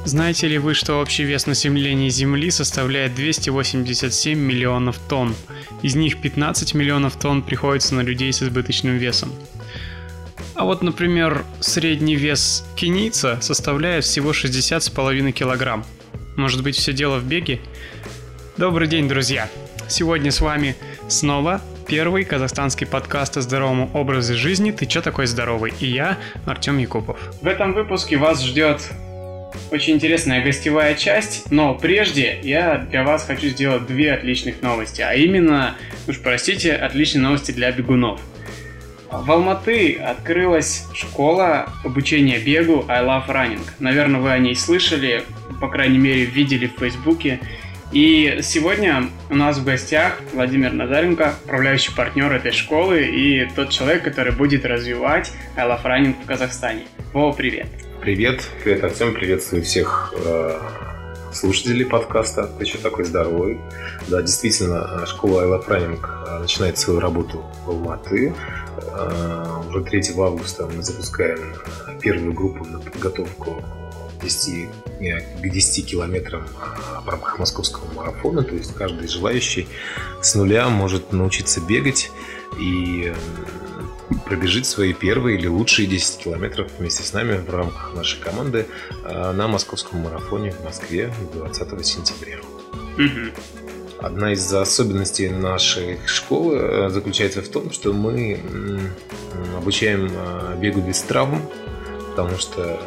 Знаете ли вы, что общий вес населения Земли составляет 287 миллионов тонн? Из них 15 миллионов тонн приходится на людей с избыточным весом. А вот, например, средний вес кенийца составляет всего 60,5 килограмм. Может быть, все дело в беге? Добрый день, друзья! Сегодня с вами снова первый казахстанский подкаст о здоровом образе жизни «Ты чё такой здоровый?» И я, Артем Якупов. В этом выпуске вас ждет очень интересная гостевая часть, но прежде я для вас хочу сделать две отличных новости, а именно, уж простите, отличные новости для бегунов. В Алматы открылась школа обучения бегу I Love Running. Наверное, вы о ней слышали, по крайней мере, видели в Фейсбуке. И сегодня у нас в гостях Владимир Назаренко, управляющий партнер этой школы и тот человек, который будет развивать I Love Running в Казахстане. Вова, привет! Привет, Артем, приветствую всех слушателей подкаста «Ты чё такой здоровый?». Да, действительно, школа I Love Running начинает свою работу в Алматы. Уже 3 августа мы запускаем первую группу на подготовку к 10 километрам в рамках московского марафона. То есть каждый желающий с нуля может научиться бегать и пробежит свои первые или лучшие 10 километров вместе с нами в рамках нашей команды на московском марафоне в Москве 20 сентября. Одна из особенностей нашей школы заключается в том, что мы обучаем бегу без травм, потому что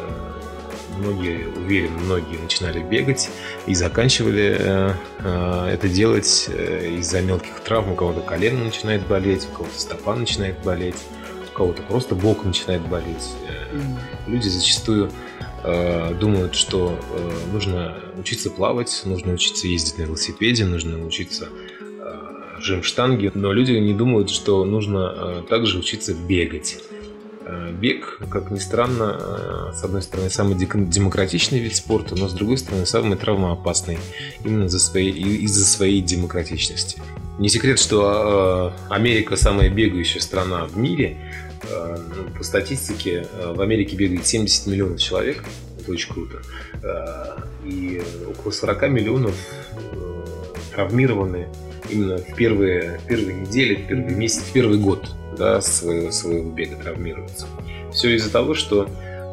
многие начинали бегать и заканчивали это делать из-за мелких травм. У кого-то колено начинает болеть, у кого-то стопа начинает болеть, у кого-то просто бок начинает болеть. Люди зачастую думают, что нужно учиться плавать, нужно учиться ездить на велосипеде, нужно учиться жим-штанге, но люди не думают, что нужно также учиться бегать. Бег, как ни странно, с одной стороны, самый демократичный вид спорта, но с другой стороны, самый травмоопасный именно из-за своей демократичности. Не секрет, что Америка самая бегающая страна в мире. По статистике, в Америке бегает 70 миллионов человек, это очень круто, и около 40 миллионов травмированы именно в первые недели, в первые месяцы, в первый год, да, своего бега травмируются. Все из-за того, что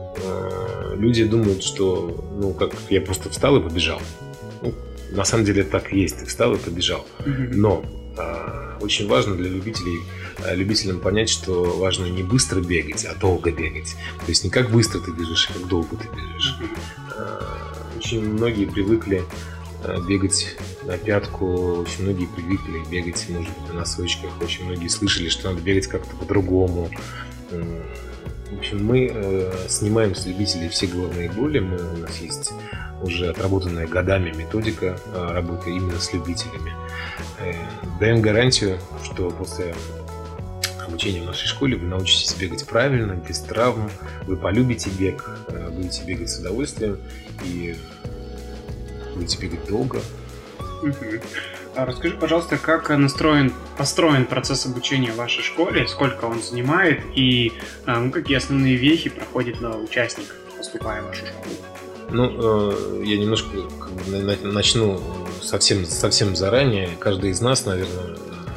люди думают, что как я просто встал и побежал. На самом деле так и есть, ты встал и побежал. Но очень важно для любителям понять, что важно не быстро бегать, а долго бегать. То есть не как быстро ты бежишь, а как долго ты бежишь. Очень многие привыкли бегать на пятку, очень многие привыкли бегать, может быть, на носочках, очень многие слышали, что надо бегать как-то по-другому. В общем, мы снимаем с любителей все головные боли, у нас есть уже отработанная годами методика работы именно с любителями. Даем гарантию, что после обучения в нашей школе вы научитесь бегать правильно, без травм, вы полюбите бег, будете бегать с удовольствием и будете бегать долго. Расскажи, пожалуйста, как построен процесс обучения в вашей школе, сколько он занимает и какие основные вехи проходит на участник, поступая в вашу школу? Я немножко начну совсем заранее. Каждый из нас, наверное,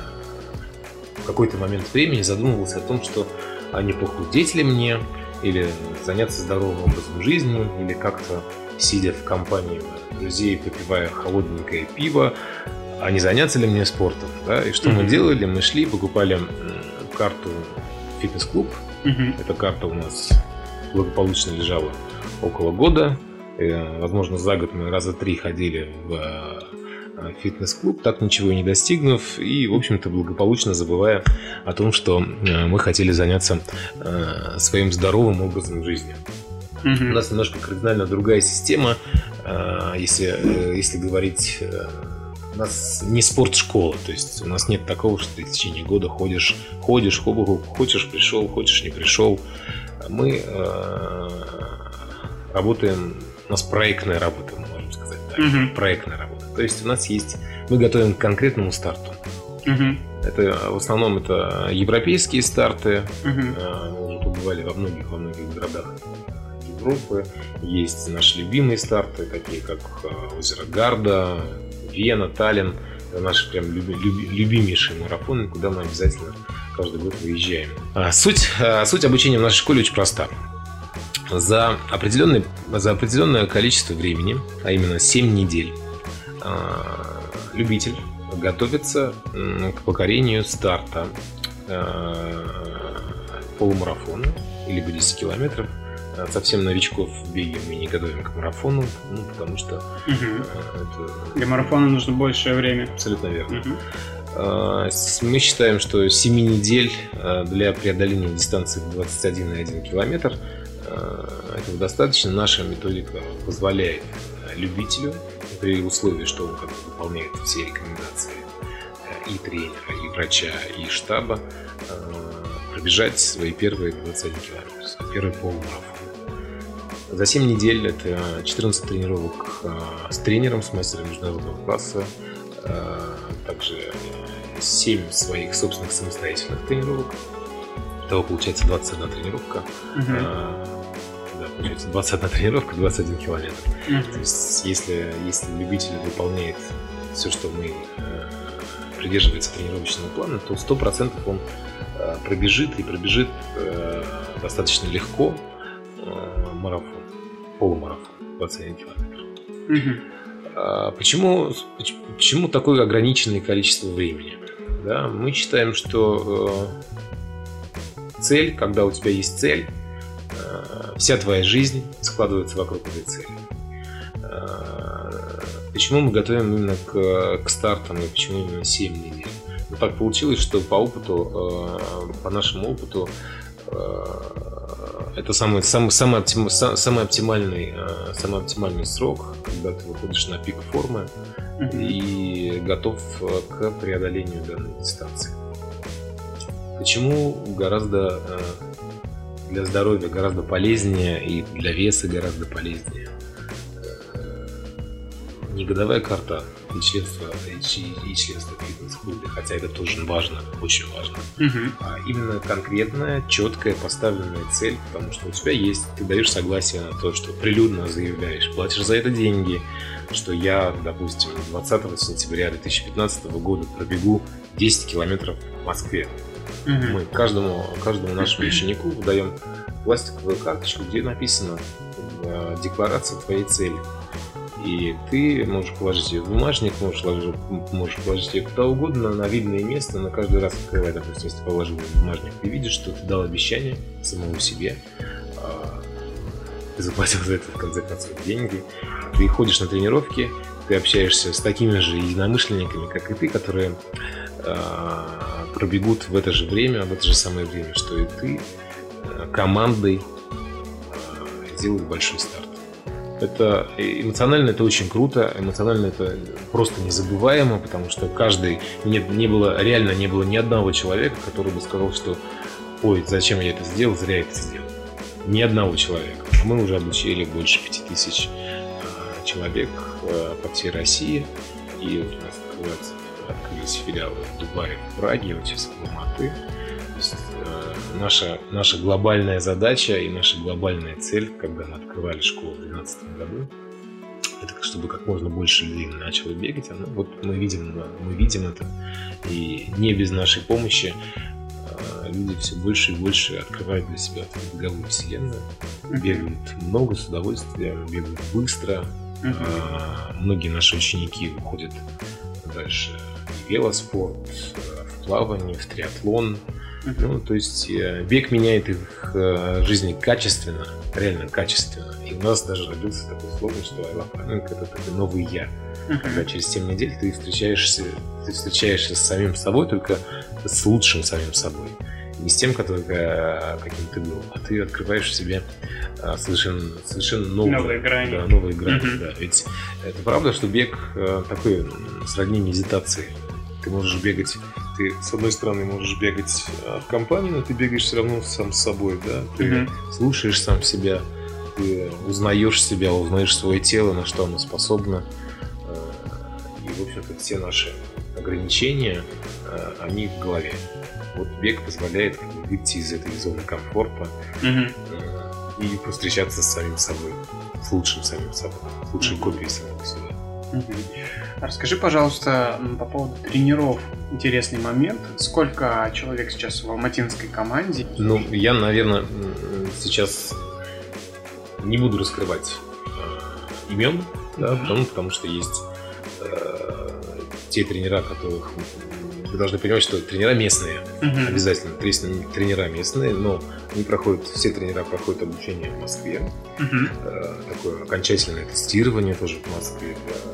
в какой-то момент времени задумывался о том, что не похудеть ли мне, или заняться здоровым образом жизни, или как-то сидя в компании друзей, попивая холодненькое пиво, а не заняться ли мне спортом, да? И что мы делали? Мы шли, покупали карту в фитнес-клуб. Эта карта у нас благополучно лежала около года. Возможно, за год мы раза 3 ходили в фитнес-клуб, так ничего и не достигнув, и, в общем-то, благополучно забывая о том, что мы хотели заняться своим здоровым образом жизни. У нас немножко кардинально другая система. Если говорить, у нас не спортшкола, то есть у нас нет такого, что ты в течение года ходишь, хочешь пришел, хочешь не пришел. Мы работаем, у нас проектная работа, можно сказать так, проектная работа. То есть у нас мы готовим к конкретному старту. Это в основном это европейские старты. Мы уже побывали во многих городах Европы. Есть наши любимые старты, такие как озеро Гарда, Вена, Таллин. Это наши прям любимейшие марафоны, куда мы обязательно каждый год выезжаем. Суть обучения в нашей школе очень проста. За определенное количество времени, а именно 7 недель, любитель готовится к покорению старта полумарафона либо 10 километров. Совсем новичков в беге мы не готовим к марафону, потому что для марафона нужно большее время. Абсолютно верно. Мы считаем, что 7 недель для преодоления дистанции 21,1 километр этого достаточно. Наша методика позволяет любителю, при условии, что он выполняет все рекомендации и тренера, и врача, и штаба, пробежать свои первые 21 километр, первый полумарафон. За 7 недель это 14 тренировок с тренером, с мастером международного класса, также 7 своих собственных самостоятельных тренировок. Итого получается 21 тренировка. Получается 21 тренировка, 21 километр. То есть если любитель выполняет все, что мы придерживается тренировочного плана, то 100% он пробежит достаточно легко марафон, полумарафон, 21 километр. Почему такое ограниченное количество времени? Да, мы считаем, что цель, когда у тебя есть цель, вся твоя жизнь складывается вокруг этой цели. Почему мы готовим именно к стартам и почему именно 7 недель? Ну, так получилось, что по нашему опыту, это самый оптимальный срок, когда ты выходишь на пик формы и готов к преодолению данной дистанции. Почему для здоровья гораздо полезнее и для веса гораздо полезнее не годовая карта и членство в фитнес-клубе, хотя это тоже важно, очень важно, а именно конкретная, четкая, поставленная цель, потому что у тебя есть, ты даешь согласие на то, что прилюдно заявляешь, платишь за это деньги, что я, допустим, 20 сентября 2015 года пробегу 10 километров в Москве. Мы каждому нашему ученику выдаем пластиковую карточку, где написано декларация твоей цели. И ты можешь положить ее в бумажник, можешь положить ее куда угодно, на видное место, на каждый раз открывая. Допустим, если ты положил ее в бумажник, ты видишь, что ты дал обещание самому себе, ты заплатил за это в конце концов деньги, ты ходишь на тренировки, ты общаешься с такими же единомышленниками, как и ты, которые пробегут в это же самое время, что и ты, командой сделают большой старт. Это эмоционально это очень круто, эмоционально это просто незабываемо, потому что не было ни одного человека, который бы сказал, что ой, зачем я это сделал, зря я это сделал. Ни одного человека. Мы уже обучили больше 5000 человек по всей России, и вот у нас открылись филиалы в Дубае, в Праге, вот сейчас в Алматы. Наша глобальная задача и наша глобальная цель, когда мы открывали школу в 2012 году, это чтобы как можно больше людей начало бегать. Вот мы видим это, и не без нашей помощи люди все больше и больше открывают для себя беговую вселенную, бегают много с удовольствием, бегают быстро. Многие наши ученики уходят дальше в велоспорт, в плавание, в триатлон. То есть бег меняет их жизни качественно, реально качественно. И у нас даже родился такой слоган, что айлапранинг — это такой новый я. Когда через 7 недель ты встречаешься с самим собой, только с лучшим самим собой. Не с тем, каким ты был, а ты открываешь в себе совершенно новые грани. Да, новые грани. Да. Ведь это правда, что бег такой сродни медитации. Ты можешь бегать, ты с одной стороны можешь бегать в компании, но ты бегаешь все равно сам с собой, да? Ты слушаешь сам себя, ты узнаешь себя, узнаешь свое тело, на что оно способно. И, в общем-то, все наши ограничения, они в голове. Вот бег позволяет выйти из этой зоны комфорта и повстречаться с самим собой, с лучшим самим собой, с лучшей копией самого себя. Расскажи, пожалуйста, по поводу тренеров. Интересный момент. Сколько человек сейчас в алматинской команде? Ну, я, наверное, сейчас не буду раскрывать имен, да, потому что есть те тренера, которых вы должны понимать, что тренера местные, обязательно тренера местные, но все тренера проходят обучение в Москве, такое окончательное тестирование тоже в Москве.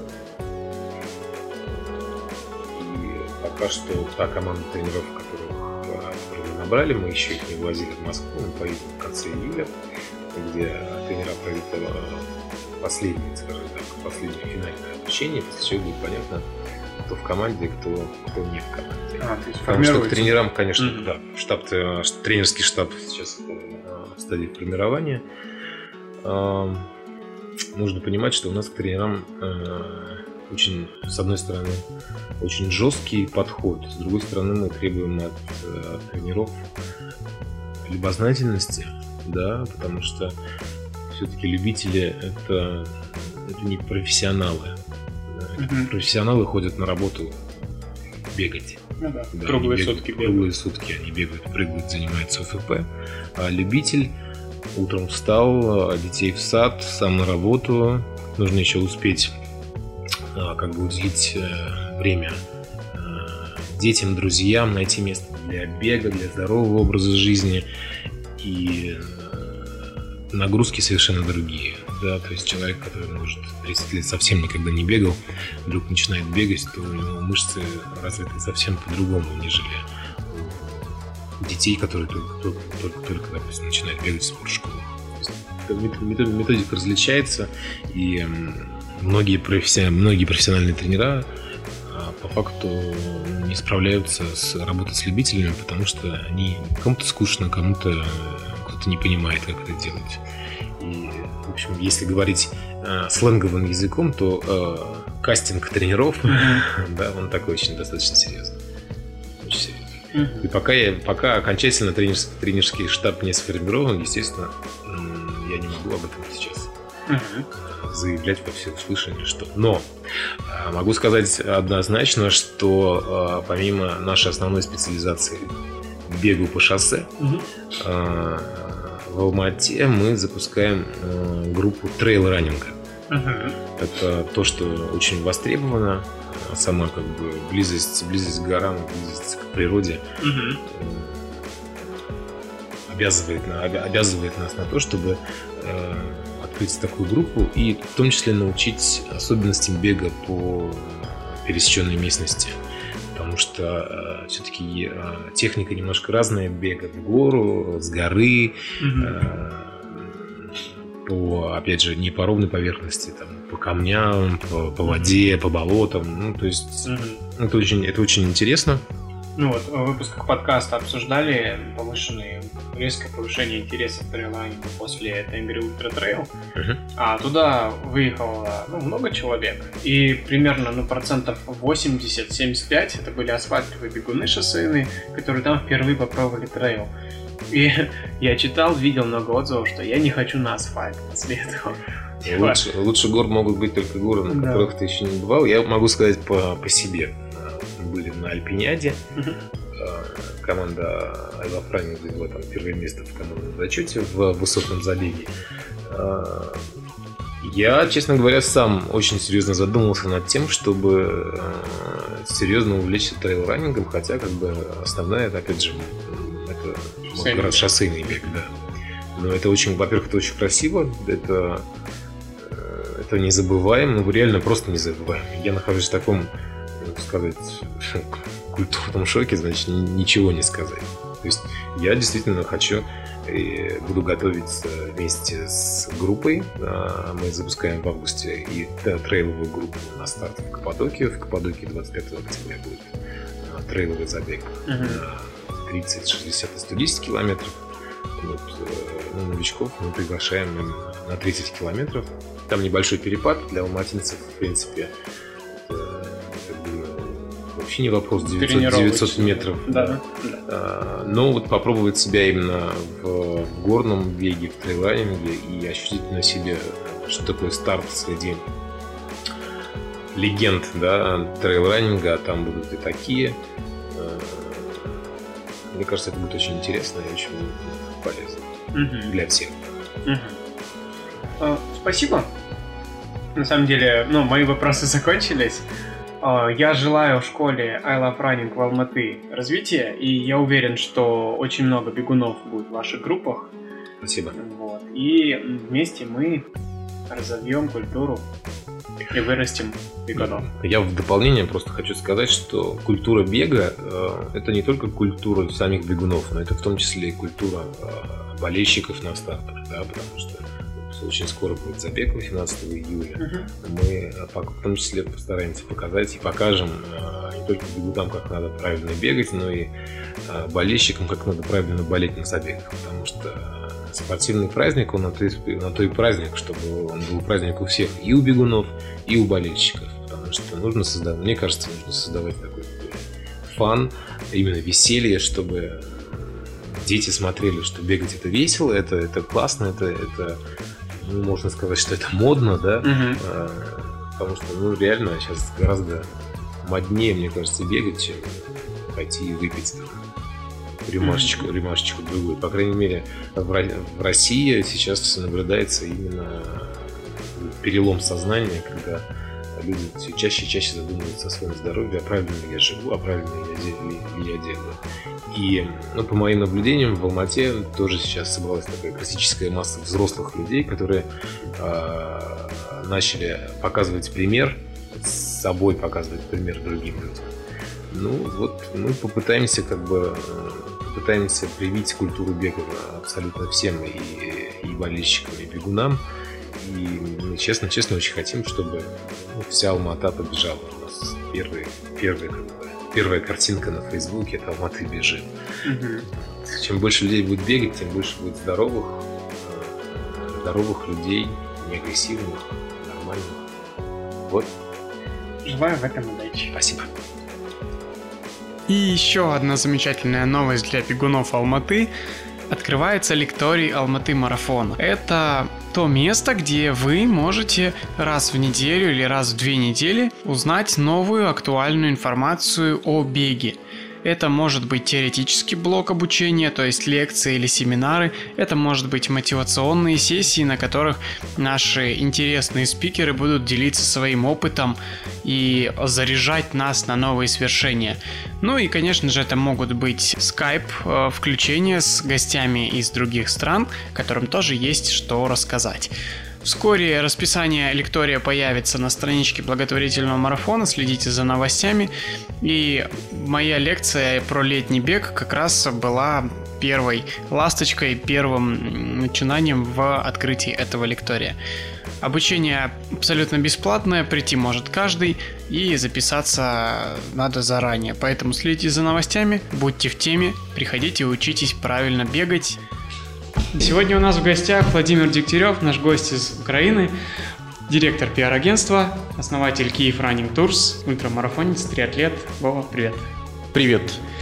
И пока что та команда тренеров, которых мы набрали, мы еще их не вывозили в Москву, мы поедем в конце июля, где тренера пройдут последнее финальное обучение, после чего будет понятно, кто в команде, кто не в команде. То есть потому что к тренерам, конечно, да, тренерский штаб сейчас в стадии формирования. Нужно понимать, что у нас к тренерам очень, с одной стороны, очень жесткий подход, с другой стороны, мы требуем от тренеров любознательности, да, потому что все-таки любители это не профессионалы. Профессионалы ходят на работу бегать. Да, круглые сутки бегают. Круглые сутки они бегают, прыгают, занимаются ОФП. А любитель утром встал, детей в сад, сам на работу. Нужно еще успеть уделить время детям, друзьям, найти место для бега, для здорового образа жизни. И нагрузки совершенно другие. Да, то есть человек, который, может, 30 лет совсем никогда не бегал, вдруг начинает бегать, то у него мышцы развиты совсем по-другому, нежели у детей, которые только допустим, начинают бегать в спортшколе. Методика различается, и многие профессиональные тренера по факту не справляются с работой с любителями, потому что кому-то скучно, кто-то не понимает, как это делать. И, в общем, если говорить сленговым языком, то кастинг тренеров, да, он такой очень достаточно серьезный. Очень серьезный. И пока окончательно тренерский штаб не сформирован, естественно, я не могу об этом сейчас заявлять во всеуслышание, что. Но могу сказать однозначно, что помимо нашей основной специализации бегу по шоссе, в Алмате мы запускаем группу трейл-раннинга. Это то, что очень востребовано. Сама близость к горам, близость к природе обязывает нас на то, чтобы открыть такую группу и в том числе научить особенностям бега по пересеченной местности. Потому что все-таки техника немножко разная, бега в гору, с горы, опять же, не по ровной поверхности, по камням, по воде, по болотам. То есть это очень интересно. В выпусках подкаста обсуждали резкое повышение интереса к трейлранингу после Тенгри Ультра Трейл. А туда выехало много человек. И примерно 80-75% это были асфальтовые бегуны шоссейные, которые там впервые попробовали трейл. И я видел много отзывов, что я не хочу на асфальт после этого. Лучше гор могут быть только горы, на которых ты еще не бывал. Я могу сказать по себе. Мы были на Альпиниаде. Команда Айлафранинг заняла там первое место в командном зачете в высотном забеге. Я, честно говоря, сам очень серьезно задумался над тем, чтобы серьезно увлечься трейл-раннингом, хотя основная, это, опять же, это шоссейный бег, да. Но это во-первых, это очень красиво, это незабываемо, реально просто незабываемо. Я нахожусь в таком, так сказать, культурном шоке, значит, ничего не сказать. То есть я действительно хочу и буду готовиться вместе с группой. Мы запускаем в августе и трейловую группу на старт в Каппадокию. В Каппадокии 25 октября будет трейловый забег на 30, 60 и 110 километров. Новичков мы приглашаем на 30 километров. Там небольшой перепад для алматинцев, в принципе. вообще не вопрос, 900 метров. Да. Но вот попробовать себя именно в горном беге, в трейлранинге и ощутить на себе, что такое старт среди легенд, да, трейлранинга, а там будут и такие. Мне кажется, это будет очень интересно и очень полезно для всех. Спасибо. На самом деле, мои вопросы закончились. Я желаю школе I Love Running в Алматы развития, и я уверен, что очень много бегунов будет в ваших группах. Спасибо. Вот. И вместе мы разовьем культуру и вырастим бегунов. Я в дополнение просто хочу сказать, что культура бега это не только культура самих бегунов, но это в том числе и культура болельщиков на стартах, да, потому что очень скоро будет забег 18 июля. Мы в том числе постараемся показать и покажем не только бегунам, как надо правильно бегать, но и болельщикам, как надо правильно болеть на забегах. Потому что спортивный праздник, он на то и праздник, чтобы он был праздник у всех, и у бегунов, и у болельщиков. Потому что нужно создавать, мне кажется, нужно создавать такой фан, именно веселье, чтобы дети смотрели, что бегать это весело, это классно, это можно сказать, что это модно, да, потому что, реально сейчас гораздо моднее, мне кажется, бегать, чем пойти и выпить там рюмашечку другую. По крайней мере, в России сейчас наблюдается именно перелом сознания, когда люди все чаще и чаще задумываются о своем здоровье, а правильно ли я живу, а правильно ли я делаю. И, по моим наблюдениям, в Алмате тоже сейчас собралась такая классическая масса взрослых людей, которые начали показывать пример, с собой показывать пример другим людям. Мы попытаемся привить культуру бега абсолютно всем, и болельщикам, и бегунам. И мы честно очень хотим, чтобы вся Алмата побежала. У нас первая картинка на Фейсбуке — это Алматы бежит. Чем больше людей будет бегать, тем больше будет здоровых людей, не агрессивных, нормальных. Вот. Желаю в этом удачи. Спасибо. И еще одна замечательная новость для бегунов Алматы. Открывается лекторий Алматы марафона. Это то место, где вы можете раз в неделю или раз в 2 недели узнать новую актуальную информацию о беге. Это может быть теоретический блок обучения, то есть лекции или семинары. Это может быть мотивационные сессии, на которых наши интересные спикеры будут делиться своим опытом и заряжать нас на новые свершения. И, конечно же, это могут быть скайп-включения с гостями из других стран, которым тоже есть что рассказать. Вскоре расписание лектория появится на страничке благотворительного марафона, следите за новостями. И моя лекция про летний бег как раз была первой ласточкой, первым начинанием в открытии этого лектория. Обучение абсолютно бесплатное, прийти может каждый, и записаться надо заранее. Поэтому следите за новостями, будьте в теме, приходите, учитесь правильно бегать. Сегодня у нас в гостях Владимир Дегтярев, наш гость из Украины, директор пиар-агентства, основатель Kyiv Running Tours, ультрамарафонец, триатлет. Вова, привет. Привет.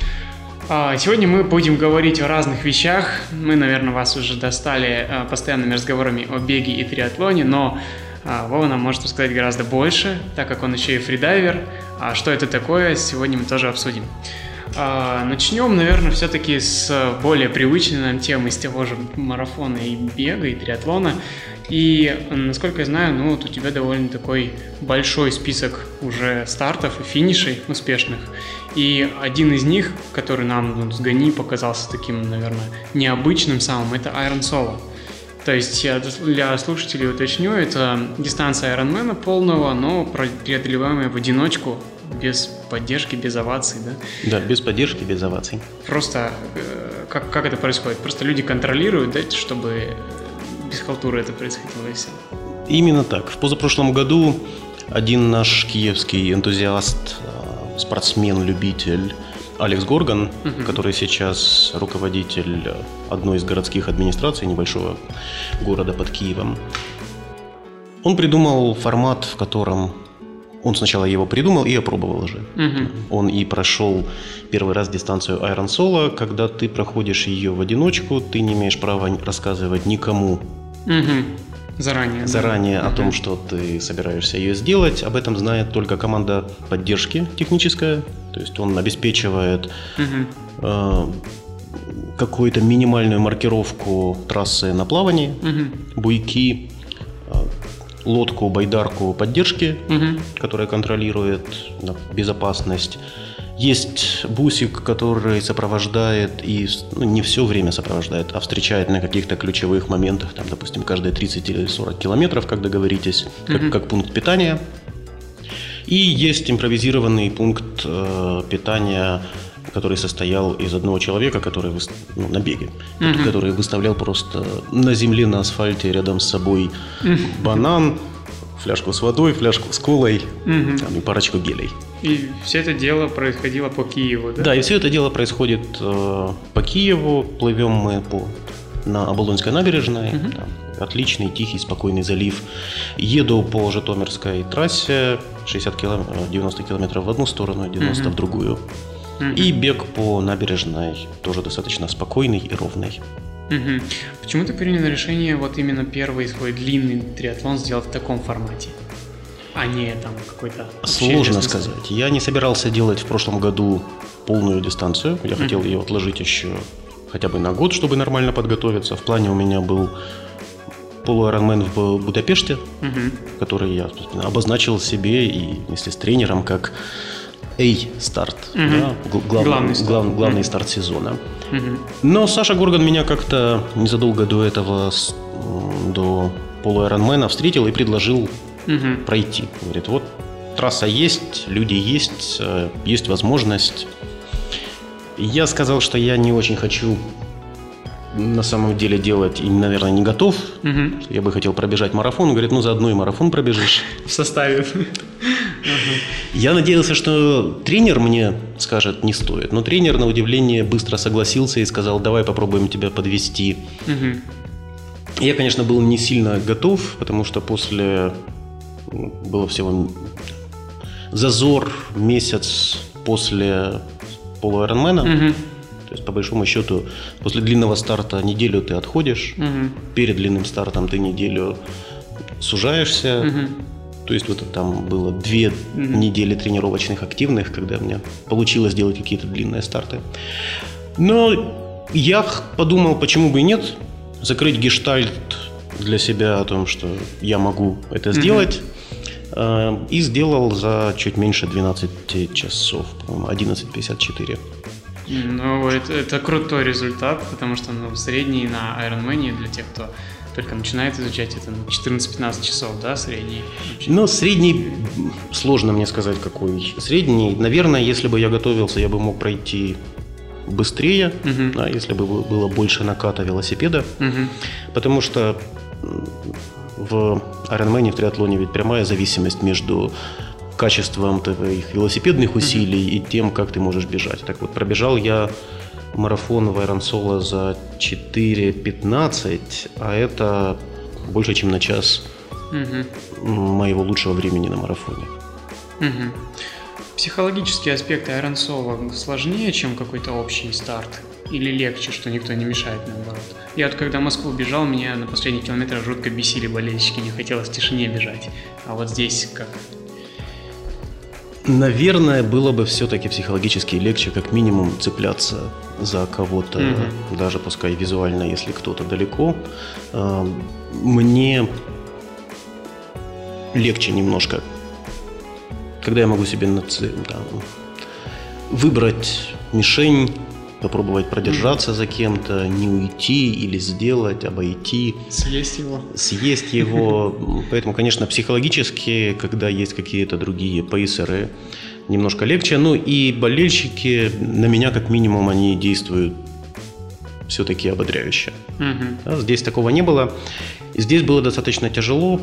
Сегодня мы будем говорить о разных вещах. Мы, наверное, вас уже достали постоянными разговорами о беге и триатлоне, но Вова нам может рассказать гораздо больше, так как он еще и фридайвер. А что это такое, сегодня мы тоже обсудим. Начнем, наверное, все-таки с более привычной нам темы, с того же марафона и бега, и триатлона. И, насколько я знаю, вот у тебя довольно такой большой список уже стартов и финишей успешных. И один из них, который нам с Гани показался таким, наверное, необычным самым, это Iron Solo. То есть, я для слушателей уточню, это дистанция Ironman полного, но преодолеваемая в одиночку, без поддержки, без оваций, да? Да, без поддержки, без оваций. Просто как это происходит? Просто люди контролируют, да, чтобы без халтуры это происходило, и все. Именно так. В позапрошлом году один наш киевский энтузиаст, спортсмен-любитель Алекс Горган, который сейчас руководитель одной из городских администраций небольшого города под Киевом, он придумал формат, в котором Он сначала его придумал и опробовал уже. Он и прошел первый раз дистанцию Iron Solo, когда ты проходишь ее в одиночку, ты не имеешь права рассказывать никому заранее о том, что ты собираешься ее сделать. Об этом знает только команда поддержки техническая. То есть он обеспечивает какую-то минимальную маркировку трассы на плавании, буйки, лодку, байдарку поддержки, которая контролирует безопасность. Есть бусик, который сопровождает и не все время сопровождает, а встречает на каких-то ключевых моментах, там, допустим, каждые 30 или 40 километров, как договоритесь, как пункт питания. И есть импровизированный пункт питания, который состоял из одного человека, который на беге, который выставлял просто на земле, на асфальте рядом с собой банан, фляжку с водой, фляжку с колой там, и парочку гелей. И все это дело происходило по Киеву, да? Да, и все это дело происходит по Киеву. Плывем мы на Оболонской набережной. Там отличный, тихий, спокойный залив. Еду по Житомирской трассе 90 километров в одну сторону, 90 в другую. И бег по набережной тоже достаточно спокойный и ровный. Почему ты принял решение вот именно первый свой длинный триатлон сделать в таком формате, а не там какой-то... Сложно сказать. Я не собирался делать в прошлом году полную дистанцию. Я хотел ее отложить еще хотя бы на год, чтобы нормально подготовиться. В плане у меня был полуайронмен в Будапеште, который я обозначил себе и вместе с тренером как старт, да, главный старт сезона. Но Саша Горган меня как-то незадолго до этого, до полуайронмена, встретил и предложил пройти. Говорит, вот трасса есть, люди есть, есть возможность. Я сказал, что я не очень хочу на самом деле делать и, наверное, не готов. Я бы хотел пробежать марафон. Он говорит, ну заодно и марафон пробежишь. В составе. Я надеялся, что тренер мне скажет, не стоит. Но тренер, на удивление, быстро согласился и сказал, давай попробуем тебя подвести. Я, конечно, был не сильно готов, потому что было всего зазор месяц после полуайронмена. То есть, по большому счету, после длинного старта неделю ты отходишь, перед длинным стартом ты неделю сужаешься. То есть, вот там было 2 недели тренировочных активных, когда у меня получилось делать какие-то длинные старты. Но я подумал, почему бы и нет, закрыть гештальт для себя о том, что я могу это сделать. И сделал за чуть меньше 12 часов, по-моему, 11:54. Ну, это крутой результат, потому что средний на Ironman для тех, кто только начинает изучать, это 14-15 часов, да, средний? Ну, средний, сложно мне сказать, какой средний. Наверное, если бы я готовился, я бы мог пройти быстрее, да, если бы было больше наката велосипеда, потому что в Ironman, в триатлоне ведь прямая зависимость между качеством твоих велосипедных усилий и тем, как ты можешь бежать. Так вот, пробежал я марафон в Iron Solo за 4:15, а это больше, чем на час моего лучшего времени на марафоне. Психологические аспекты Iron Solo сложнее, чем какой-то общий старт? Или легче, что никто не мешает, наоборот? Я вот когда в Москву бежал, меня на последних километрах жутко бесили болельщики, не хотелось в тишине бежать. А вот здесь как? Наверное, было бы все-таки психологически легче, как минимум, цепляться за кого-то, даже пускай визуально, если кто-то далеко. Мне легче немножко, когда я могу себе выбрать мишень, попробовать продержаться за кем-то, не уйти или сделать, обойти. Съесть его. Поэтому, конечно, психологически, когда есть какие-то другие пейсеры, немножко легче. Ну и болельщики, на меня как минимум, они действуют все-таки ободряюще. Да, здесь такого не было. Здесь было достаточно тяжело.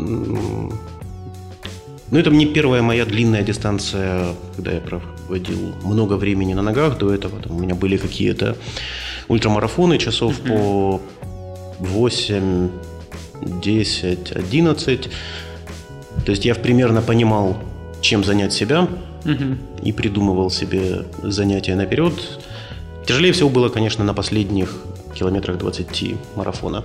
Но это не первая моя длинная дистанция, когда я проводил много времени на ногах. До этого у меня были какие-то ультрамарафоны часов по 8, 10, 11. То есть я примерно понимал, чем занять себя, и придумывал себе занятия наперед. Тяжелее всего было, конечно, на последних километрах 20 марафона.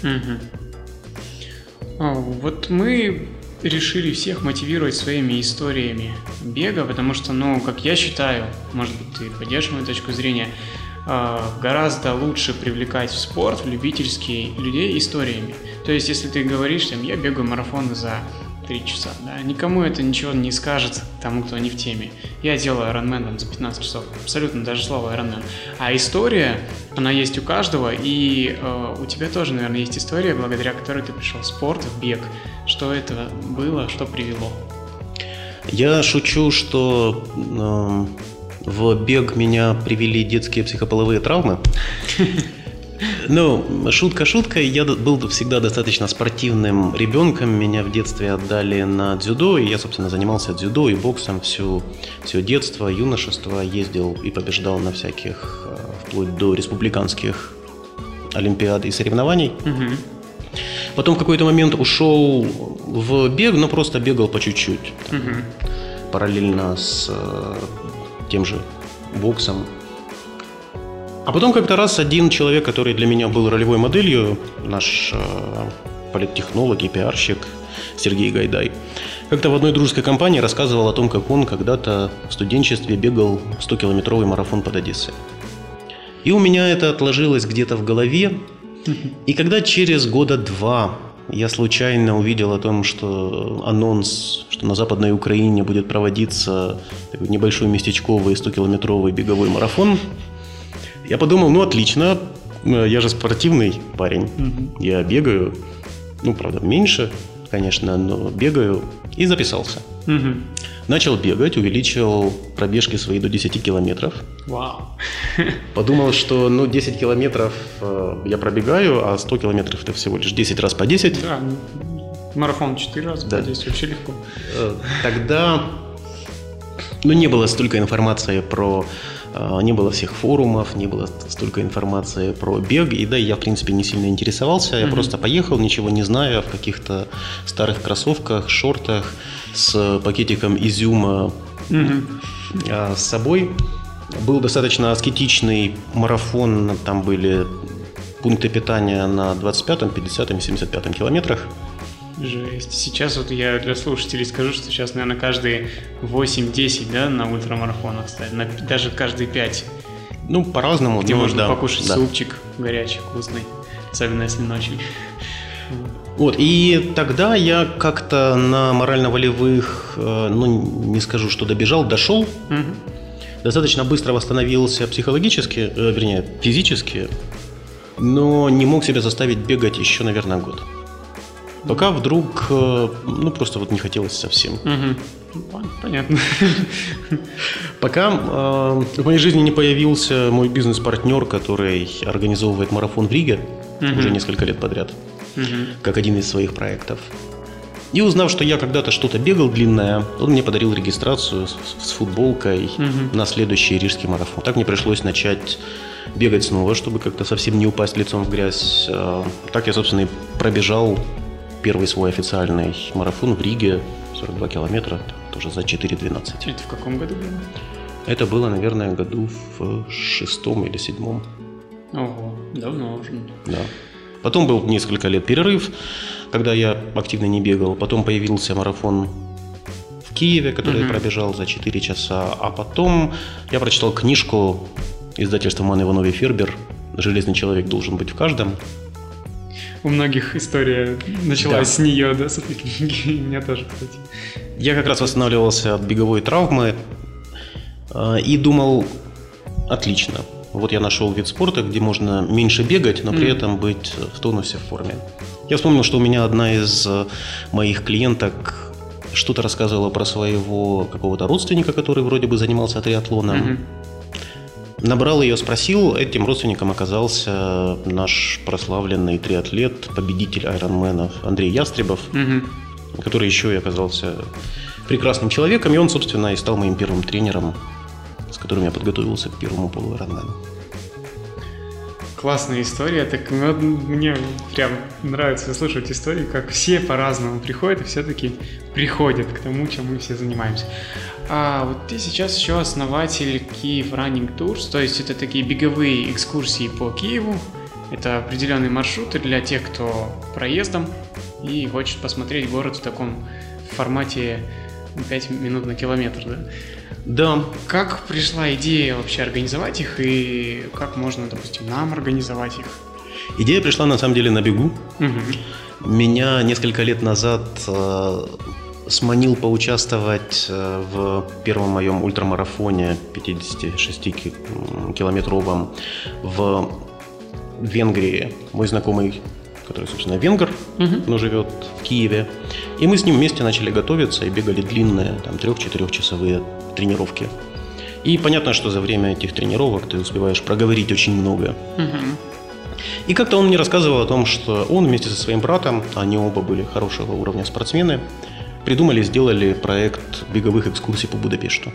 Вот мы решили всех мотивировать своими историями бега, потому что, как я считаю, может быть, ты поддержишь мою точку зрения, гораздо лучше привлекать в спорт, в любительский людей историями. То есть, если ты говоришь, я бегаю марафоны за 3 часа, да, никому это ничего не скажет, тому, кто не в теме. Я делаю Ironman за 15 часов, абсолютно даже слово Ironman. А история, она есть у каждого, и у тебя тоже, наверное, есть история, благодаря которой ты пришел в спорт, в бег. Что это было, что привело? Я шучу, что в бег меня привели детские психополовые травмы. Шутка шуткой, я был всегда достаточно спортивным ребенком. Меня в детстве отдали на дзюдо, и я, собственно, занимался дзюдо и боксом все детство, юношество. Ездил и побеждал на всяких, вплоть до республиканских олимпиад и соревнований. Потом в какой-то момент ушел в бег, но просто бегал по чуть-чуть. Параллельно с тем же боксом. А потом как-то раз один человек, который для меня был ролевой моделью, наш политтехнолог и пиарщик Сергей Гайдай, как-то в одной дружеской компании рассказывал о том, как он когда-то в студенчестве бегал 100-километровый марафон под Одессой. И у меня это отложилось где-то в голове. И когда через 2 года я случайно увидел о том, что анонс, что на Западной Украине будет проводиться такой небольшой местечковый 100-километровый беговой марафон, я подумал, отлично, я же спортивный парень, я бегаю, правда, меньше, конечно, но бегаю, и записался. Начал бегать, увеличил пробежки свои до 10 километров. Вау. Подумал, что 10 километров я пробегаю, а 100 километров это всего лишь 10 раз по 10. Да, марафон 4 раза по 10, вообще легко. Тогда не было столько информации не было всех форумов, не было столько информации про бег, и я, в принципе, не сильно интересовался. Я просто поехал, ничего не зная, в каких-то старых кроссовках, шортах, с пакетиком изюма с собой. Был достаточно аскетичный марафон, там были пункты питания на 25-м, 50-м и 75-м километрах. Жесть. Сейчас я для слушателей скажу, что сейчас, наверное, каждые 8-10, на ультрамарафонах стоят, даже каждые 5. По-разному. Где можно покушать супчик горячий, вкусный, особенно если ночью. И тогда я как-то на морально-волевых, не скажу, что дошел, достаточно быстро восстановился психологически, физически, но не мог себя заставить бегать еще, наверное, год. Пока вдруг, просто не хотелось совсем. Понятно. Пока в моей жизни не появился мой бизнес-партнер, который организовывает марафон в Риге уже несколько лет подряд, как один из своих проектов. И узнав, что я когда-то что-то бегал длинное, он мне подарил регистрацию с футболкой на следующий рижский марафон. Так мне пришлось начать бегать снова, чтобы как-то совсем не упасть лицом в грязь. Так я, собственно, и пробежал первый свой официальный марафон в Риге, 42 километра, тоже за 4:12. Это в каком году было? Это было, наверное, году в 6-м или 7-м. Ого, давно уже. Да. Потом был несколько лет перерыв, когда я активно не бегал. Потом появился марафон в Киеве, который я пробежал за 4 часа. А потом я прочитал книжку издательства Ман, Иванов и Фербер «Железный человек должен быть в каждом». У многих история началась с нее, с этой книги. У меня тоже, кстати. Я как раз восстанавливался от беговой травмы и думал, отлично. Вот я нашел вид спорта, где можно меньше бегать, но при этом быть в тонусе, в форме. Я вспомнил, что у меня одна из моих клиенток что-то рассказывала про своего какого-то родственника, который вроде бы занимался триатлоном. Набрал ее, спросил, этим родственником оказался наш прославленный триатлет, победитель айронменов Андрей Ястребов, который еще и оказался прекрасным человеком, и он, собственно, и стал моим первым тренером, с которым я подготовился к первому полуайронмену. Классная история. Так мне прям нравится слышать истории, как все по-разному приходят и все-таки приходят к тому, чем мы все занимаемся. А вот ты сейчас еще основатель Kyiv Running Tours, то есть это такие беговые экскурсии по Киеву. Это определенные маршруты для тех, кто проездом и хочет посмотреть город в таком формате 5 минут на километр, да? Да. Как пришла идея вообще организовать их и как можно, допустим, нам организовать их? Идея пришла на самом деле на бегу. Угу. Меня несколько лет назад сманил поучаствовать в первом моем ультрамарафоне 56-километровом в Венгрии. Мой знакомый, который, собственно, венгр, но живет в Киеве. И мы с ним вместе начали готовиться и бегали длинные, 3-4-часовые тренировки. И понятно, что за время этих тренировок ты успеваешь проговорить очень много. И как-то он мне рассказывал о том, что он вместе со своим братом, они оба были хорошего уровня спортсмены, придумали, сделали проект беговых экскурсий по Будапешту.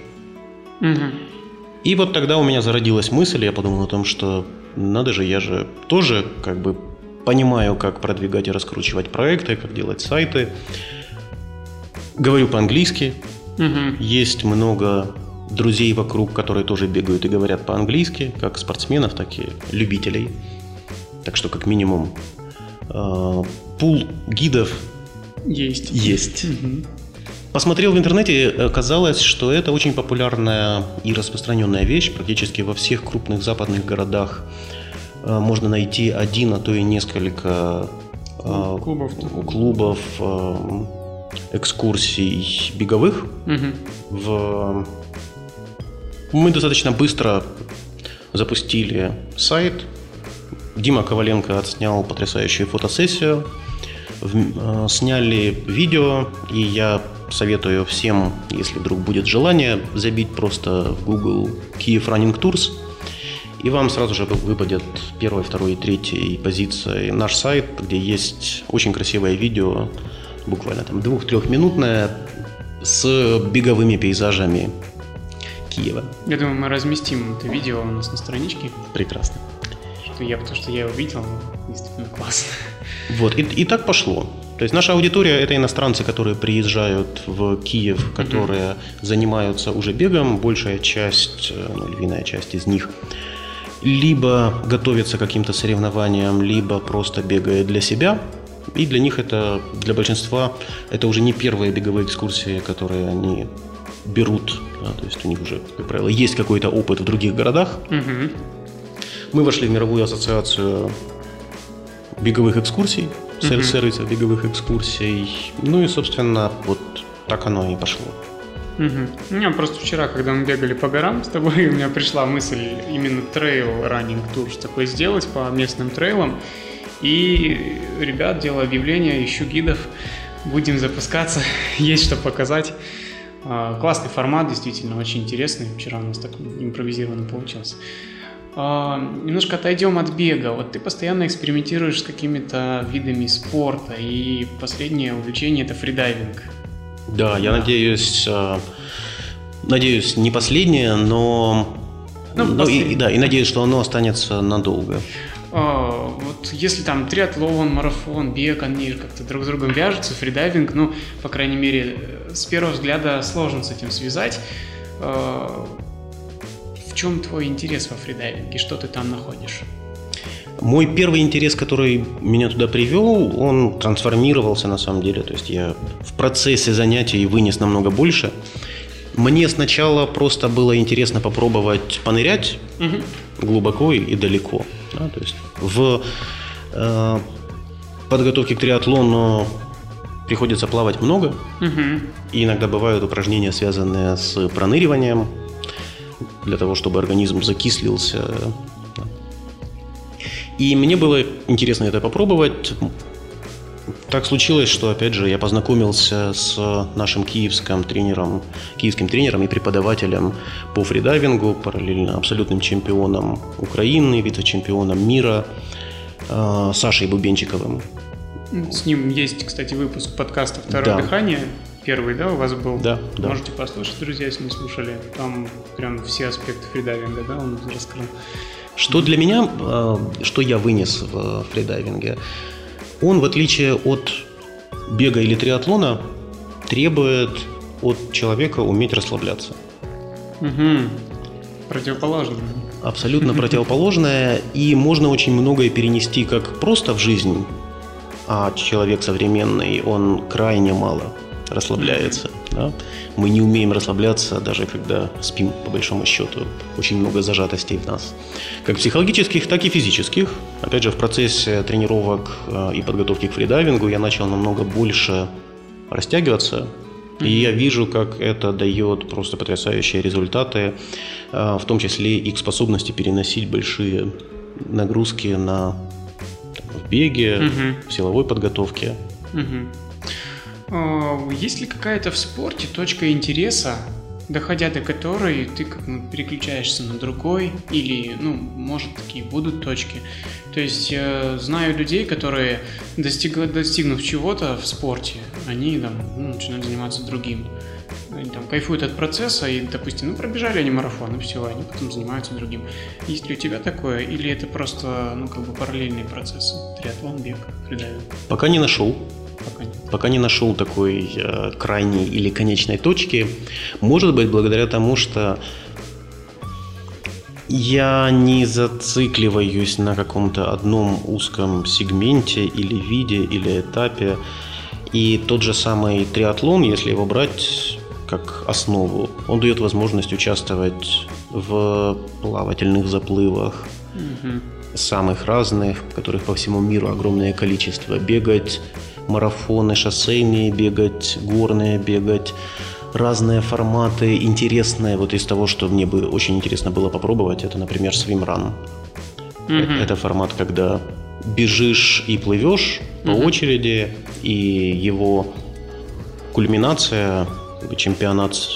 И вот тогда у меня зародилась мысль, я подумал о том, что надо же, я же тоже как бы понимаю, как продвигать и раскручивать проекты, как делать сайты. Говорю по-английски. Есть много друзей вокруг, которые тоже бегают и говорят по-английски, как спортсменов, так и любителей. Так что, как минимум, пул гидов есть. Посмотрел в интернете, оказалось, что это очень популярная и распространенная вещь. Практически во всех крупных западных городах можно найти один, а то и несколько клубов экскурсий беговых. Мы достаточно быстро запустили сайт. Дима Коваленко отснял потрясающую фотосессию. Сняли видео, и я советую всем, если вдруг будет желание, забить просто в Google Kyiv Running Tours, и вам сразу же выпадет 1, 2 и 3 позиции наш сайт, где есть очень красивое видео, буквально 2-3-минутное, с беговыми пейзажами Киева. Я думаю, мы разместим это видео у нас на страничке. Прекрасно. Потому что я его видел, действительно классно. Вот, и так пошло. То есть наша аудитория – это иностранцы, которые приезжают в Киев, которые занимаются уже бегом. Большая часть, львиная часть из них либо готовится к каким-то соревнованиям, либо просто бегает для себя. И для них это, для большинства, это уже не первые беговые экскурсии, которые они берут. То есть у них уже, как правило, есть какой-то опыт в других городах. Мы вошли в мировую ассоциацию беговых экскурсий, сервисов беговых экскурсий. Ну и, собственно, вот так оно и пошло. У меня просто вчера, когда мы бегали по горам с тобой, у меня пришла мысль именно трейл-раннинг тур такой сделать по местным трейлам. И, ребят, делаю объявление, ищу гидов, будем запускаться, есть что показать. Классный формат, действительно, очень интересный. Вчера у нас так импровизированно получилось. Немножко отойдем от бега. Вот ты постоянно экспериментируешь с какими-то видами спорта, и последнее увлечение – это фридайвинг. Да, я надеюсь, не последнее, но и надеюсь, что оно останется надолго. Вот если там триатлон, марафон, бег, они как-то друг с другом вяжутся, фридайвинг, по крайней мере, с первого взгляда сложно с этим связать. В чем твой интерес во фридайвинге? Что ты там находишь? Мой первый интерес, который меня туда привел, он трансформировался на самом деле. То есть я в процессе занятий вынес намного больше. Мне сначала просто было интересно попробовать понырять глубоко и далеко. Да? То есть в подготовке к триатлону приходится плавать много. И иногда бывают упражнения, связанные с проныриванием, для того, чтобы организм закислился. И мне было интересно это попробовать. Так случилось, что, опять же, я познакомился с нашим киевским тренером и преподавателем по фридайвингу, параллельно абсолютным чемпионом Украины, вице-чемпионом мира Сашей Бубенчиковым. С ним есть, кстати, выпуск подкаста «Второе дыхание». Первый, да, у вас был? Да. Можете послушать, друзья, если не слушали. Там прям все аспекты фридайвинга, да, он раскрыл. Что для меня, что я вынес в фридайвинге, он, в отличие от бега или триатлона, требует от человека уметь расслабляться. Угу. Противоположное. Абсолютно противоположное, и можно очень многое перенести как просто в жизнь, а человек современный, он крайне мало расслабляется. Да? Мы не умеем расслабляться, даже когда спим, по большому счету. Очень много зажатостей в нас. Как психологических, так и физических. Опять же, в процессе тренировок и подготовки к фридайвингу я начал намного больше растягиваться. И я вижу, как это дает просто потрясающие результаты, в том числе и к способности переносить большие нагрузки в беге, в силовой подготовке. Есть ли какая-то в спорте точка интереса, доходя до которой ты переключаешься на другой, или, может, такие будут точки? То есть я знаю людей, которые, достигнув чего-то в спорте, они начинают заниматься другим. Они кайфуют от процесса и, допустим, пробежали они марафон, и все, они потом занимаются другим. Есть ли у тебя такое, или это просто, параллельные процессы? Триатлон, бег, фридайвинг? Пока не нашел. Пока не нашел такой крайней или конечной точки. Может быть, благодаря тому, что я не зацикливаюсь на каком-то одном узком сегменте или виде, или этапе. И тот же самый триатлон, если его брать как основу, он дает возможность участвовать в плавательных заплывах, самых разных, которых по всему миру огромное количество, бегать марафоны шоссейные, бегать горные, бегать разные форматы интересные. Вот из того, что мне бы очень интересно было попробовать, это, например, swimrun. Это формат, когда бежишь и плывешь по очереди, и его кульминация, чемпионат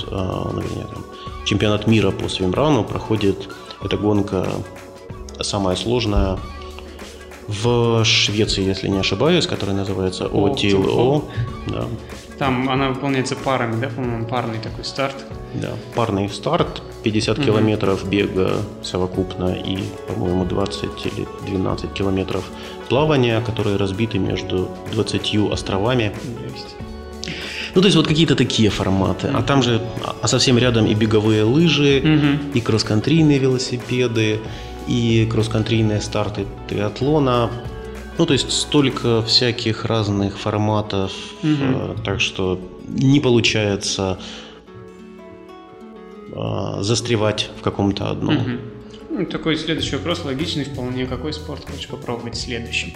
мира по свимрану проходит. Эта гонка самая сложная в Швеции, если не ошибаюсь, которая называется OTLO. Да. Там она выполняется парами, да, по-моему, парный такой старт. Да, парный старт, 50 километров бега совокупно и, по-моему, 20 или 12 километров плавания, которые разбиты между 20 островами. То есть вот какие-то такие форматы. А там же, совсем рядом и беговые лыжи, и кросс-контрийные велосипеды, и кросс-контрийные старты триатлона. То есть столько всяких разных форматов, так что не получается застревать в каком-то одном. Такой следующий вопрос, логичный вполне. Какой спорт хочешь попробовать следующим?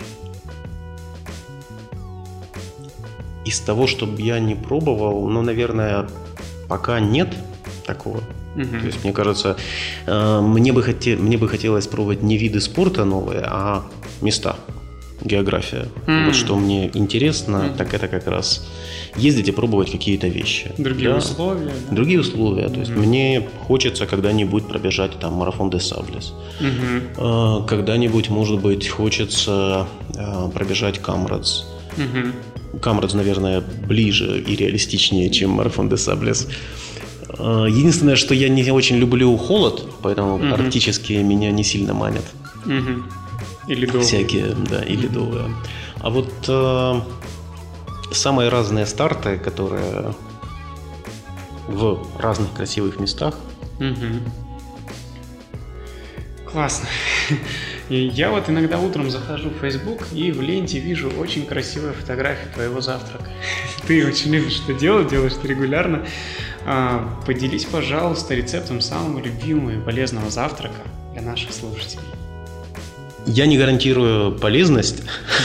Из того, что я не пробовал, наверное, пока нет такого. То есть, мне кажется, мне бы хотелось пробовать не виды спорта новые, а места, география. Вот что мне интересно, так это как раз ездить и пробовать какие-то вещи. Другие условия. Да? Другие условия. То есть мне хочется когда-нибудь пробежать там марафон де Саблес. Когда-нибудь, может быть, хочется пробежать Камрадс. Камрадс, наверное, ближе и реалистичнее, чем марафон де Саблес. Единственное, что я не очень люблю холод, поэтому арктические меня не сильно манят. И ледовые. Всякие, да, и ледовые. А вот самые разные старты, которые в разных красивых местах. Классно. И я вот иногда утром захожу в Facebook и в ленте вижу очень красивые фотографии твоего завтрака. Ты очень любишь это делать, делаешь это регулярно. Поделись, пожалуйста, рецептом самого любимого и полезного завтрака для наших слушателей. Я не гарантирую полезность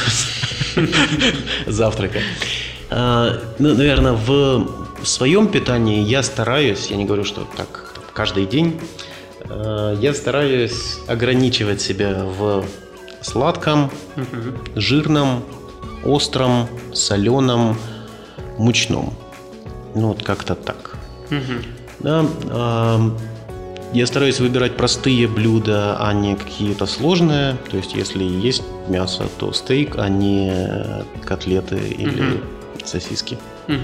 завтрака. Наверное, в своем питании я стараюсь, я не говорю, что так каждый день, я стараюсь ограничивать себя в сладком, жирном, остром, соленом, мучном. Вот как-то так. Да, я стараюсь выбирать простые блюда, а не какие-то сложные. То есть, если есть мясо, то стейк, а не котлеты или сосиски.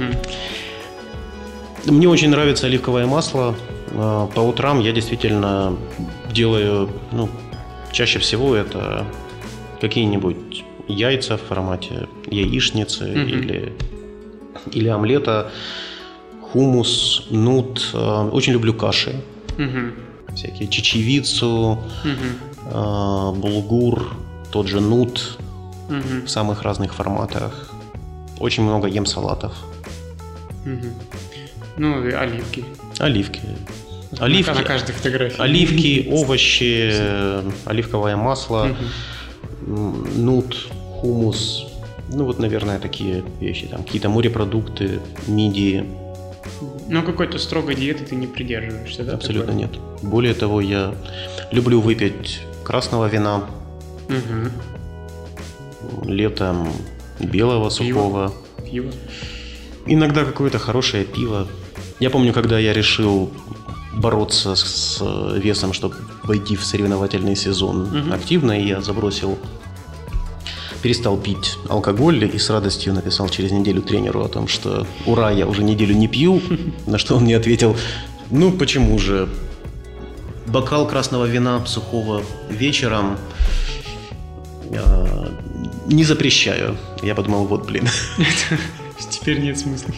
Мне очень нравится оливковое масло. По утрам я действительно делаю Чаще всего это какие-нибудь яйца в формате яичницы или омлета, хумус, нут. Очень люблю каши. Всякие чечевицу, булгур, тот же нут в самых разных форматах. Очень много ем салатов. Ну, и оливки. Оливки. На каждой фотографии. Оливки, овощи, оливковое масло, нут, хумус. Ну, вот, наверное, такие вещи. Там какие-то морепродукты, мидии. Но какой-то строгой диеты ты не придерживаешься, да? Абсолютно нет. Более того, я люблю выпить красного вина. Летом белого, сухого. Пиво. Иногда какое-то хорошее пиво. Я помню, когда я решил бороться с весом, чтобы войти в соревновательный сезон активно, и я перестал пить алкоголь и с радостью написал через неделю тренеру о том, что ура, я уже неделю не пью, на что он мне ответил, ну почему же, бокал красного вина сухого вечером не запрещаю. Я подумал, вот блин. Теперь нет смысла.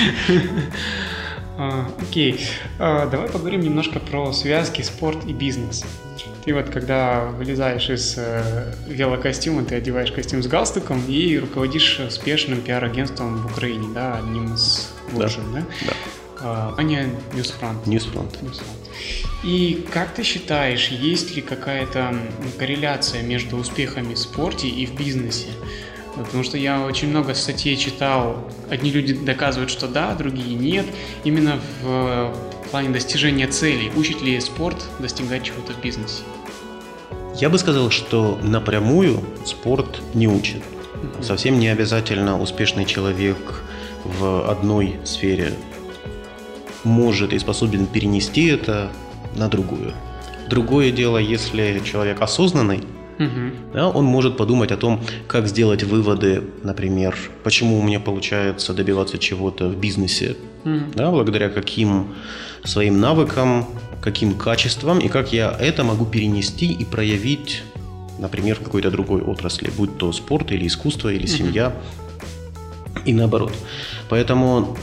Окей, давай поговорим немножко про связки, спорт и бизнес. Ты вот когда вылезаешь из велокостюма, ты одеваешь костюм с галстуком и руководишь успешным пиар-агентством в Украине, да, одним из лучших, да? Да. Newsfront. И как ты считаешь, есть ли какая-то корреляция между успехами в спорте и в бизнесе? Потому что я очень много статей читал. Одни люди доказывают, что да, другие нет. Именно в плане достижения целей. Учит ли спорт достигать чего-то в бизнесе? Я бы сказал, что напрямую спорт не учит. Совсем не обязательно успешный человек в одной сфере может и способен перенести это на другую. Другое дело, если человек осознанный, да, он может подумать о том, как сделать выводы, например, почему у меня получается добиваться чего-то в бизнесе, да, благодаря каким своим навыкам, каким качествам, и как я это могу перенести и проявить, например, в какой-то другой отрасли, будь то спорт или искусство, или семья, и наоборот. Поэтому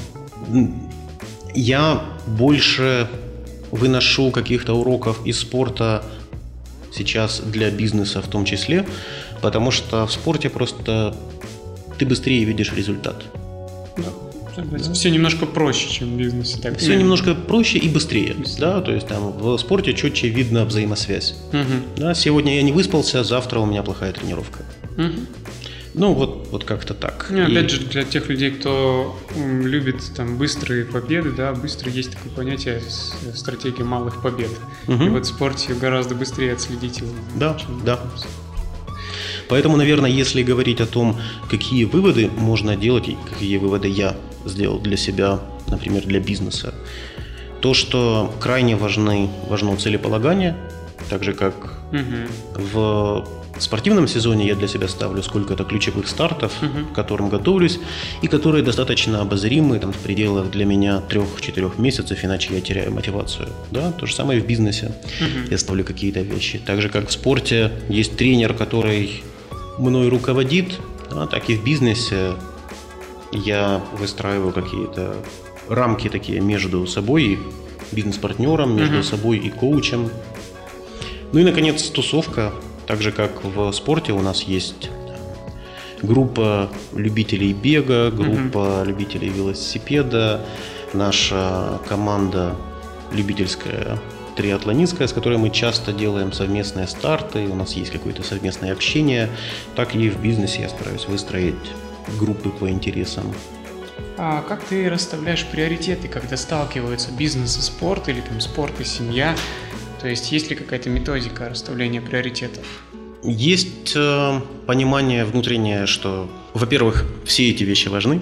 я больше выношу каких-то уроков из спорта сейчас для бизнеса в том числе, потому что в спорте просто ты быстрее видишь результат. Да, согласен. Все немножко проще, чем в бизнесе. Так? Все немножко проще и быстрее. Да? То есть там в спорте четче видно взаимосвязь. Да, сегодня я не выспался, завтра у меня плохая тренировка. Ну, вот как-то так. Опять же, для тех людей, кто любит там быстрые победы, да, быстро есть такое понятие стратегия малых побед. И вот в спорте гораздо быстрее отследить его. Да. Поэтому, наверное, если говорить о том, какие выводы можно делать, и какие выводы я сделал для себя, например, для бизнеса, то, что крайне важно целеполагание, так же, как в спортивном сезоне я для себя ставлю сколько-то ключевых стартов, к которым готовлюсь, и которые достаточно обозримы там, в пределах для меня 3-4 месяцев, иначе я теряю мотивацию. Да? То же самое и в бизнесе. Я ставлю какие-то вещи. Так же, как в спорте есть тренер, который мной руководит, да, так и в бизнесе я выстраиваю какие-то рамки такие между собой и бизнес-партнером, между собой и коучем. Ну и, наконец, тусовка. Так же, как в спорте у нас есть группа любителей бега, группа любителей велосипеда, наша команда любительская триатлонистская, с которой мы часто делаем совместные старты, у нас есть какое-то совместное общение, так и в бизнесе я стараюсь выстроить группы по интересам. А как ты расставляешь приоритеты, когда сталкиваются бизнес и спорт, или там спорт и семья? То есть ли какая-то методика расставления приоритетов? Есть понимание внутреннее, что, во-первых, все эти вещи важны,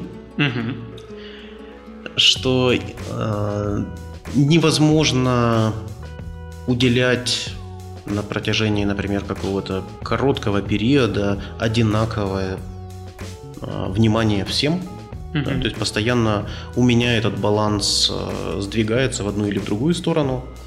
что невозможно уделять на протяжении, например, какого-то короткого периода одинаковое внимание всем. Да, то есть постоянно у меня этот баланс сдвигается в одну или в другую сторону.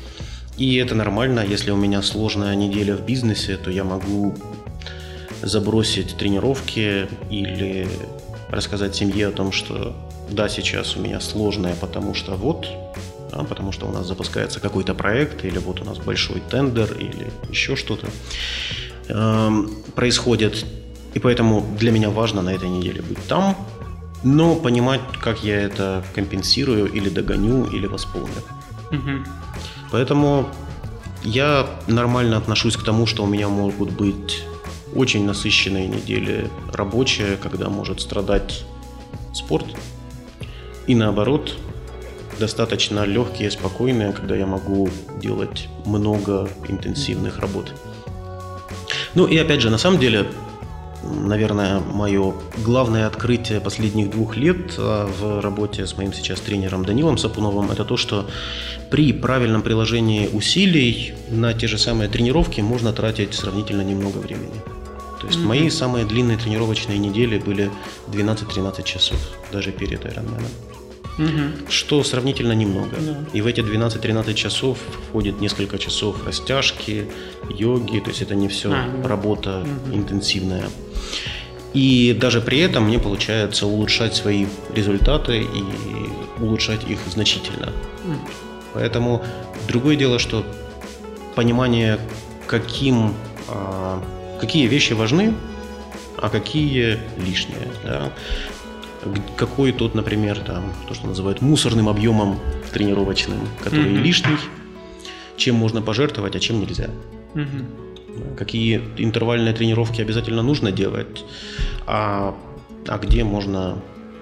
И это нормально. Если у меня сложная неделя в бизнесе, то я могу забросить тренировки или рассказать семье о том, что да, сейчас у меня сложное, потому что потому что у нас запускается какой-то проект, или вот у нас большой тендер, или еще что-то происходит. И поэтому для меня важно на этой неделе быть там, но понимать, как я это компенсирую, или догоню, или восполню. Поэтому я нормально отношусь к тому, что у меня могут быть очень насыщенные недели рабочие, когда может страдать спорт, и наоборот, достаточно легкие, спокойные, когда я могу делать много интенсивных работ. Ну и опять же, на самом деле, наверное, мое главное открытие последних 2 лет в работе с моим сейчас тренером Данилом Сапуновым — это то, что при правильном приложении усилий на те же самые тренировки можно тратить сравнительно немного времени. То есть мои самые длинные тренировочные недели были 12-13 часов, даже перед Ironman. Что сравнительно немного. И в эти 12-13 часов входит несколько часов растяжки, йоги, то есть это не все работа интенсивная. И даже при этом мне получается улучшать свои результаты и улучшать их значительно. Поэтому другое дело, что понимание, какие вещи важны, а какие лишние. Да? Какой тот, например, то, что называют мусорным объемом тренировочным, который лишний, чем можно пожертвовать, а чем нельзя. Какие интервальные тренировки обязательно нужно делать, а где можно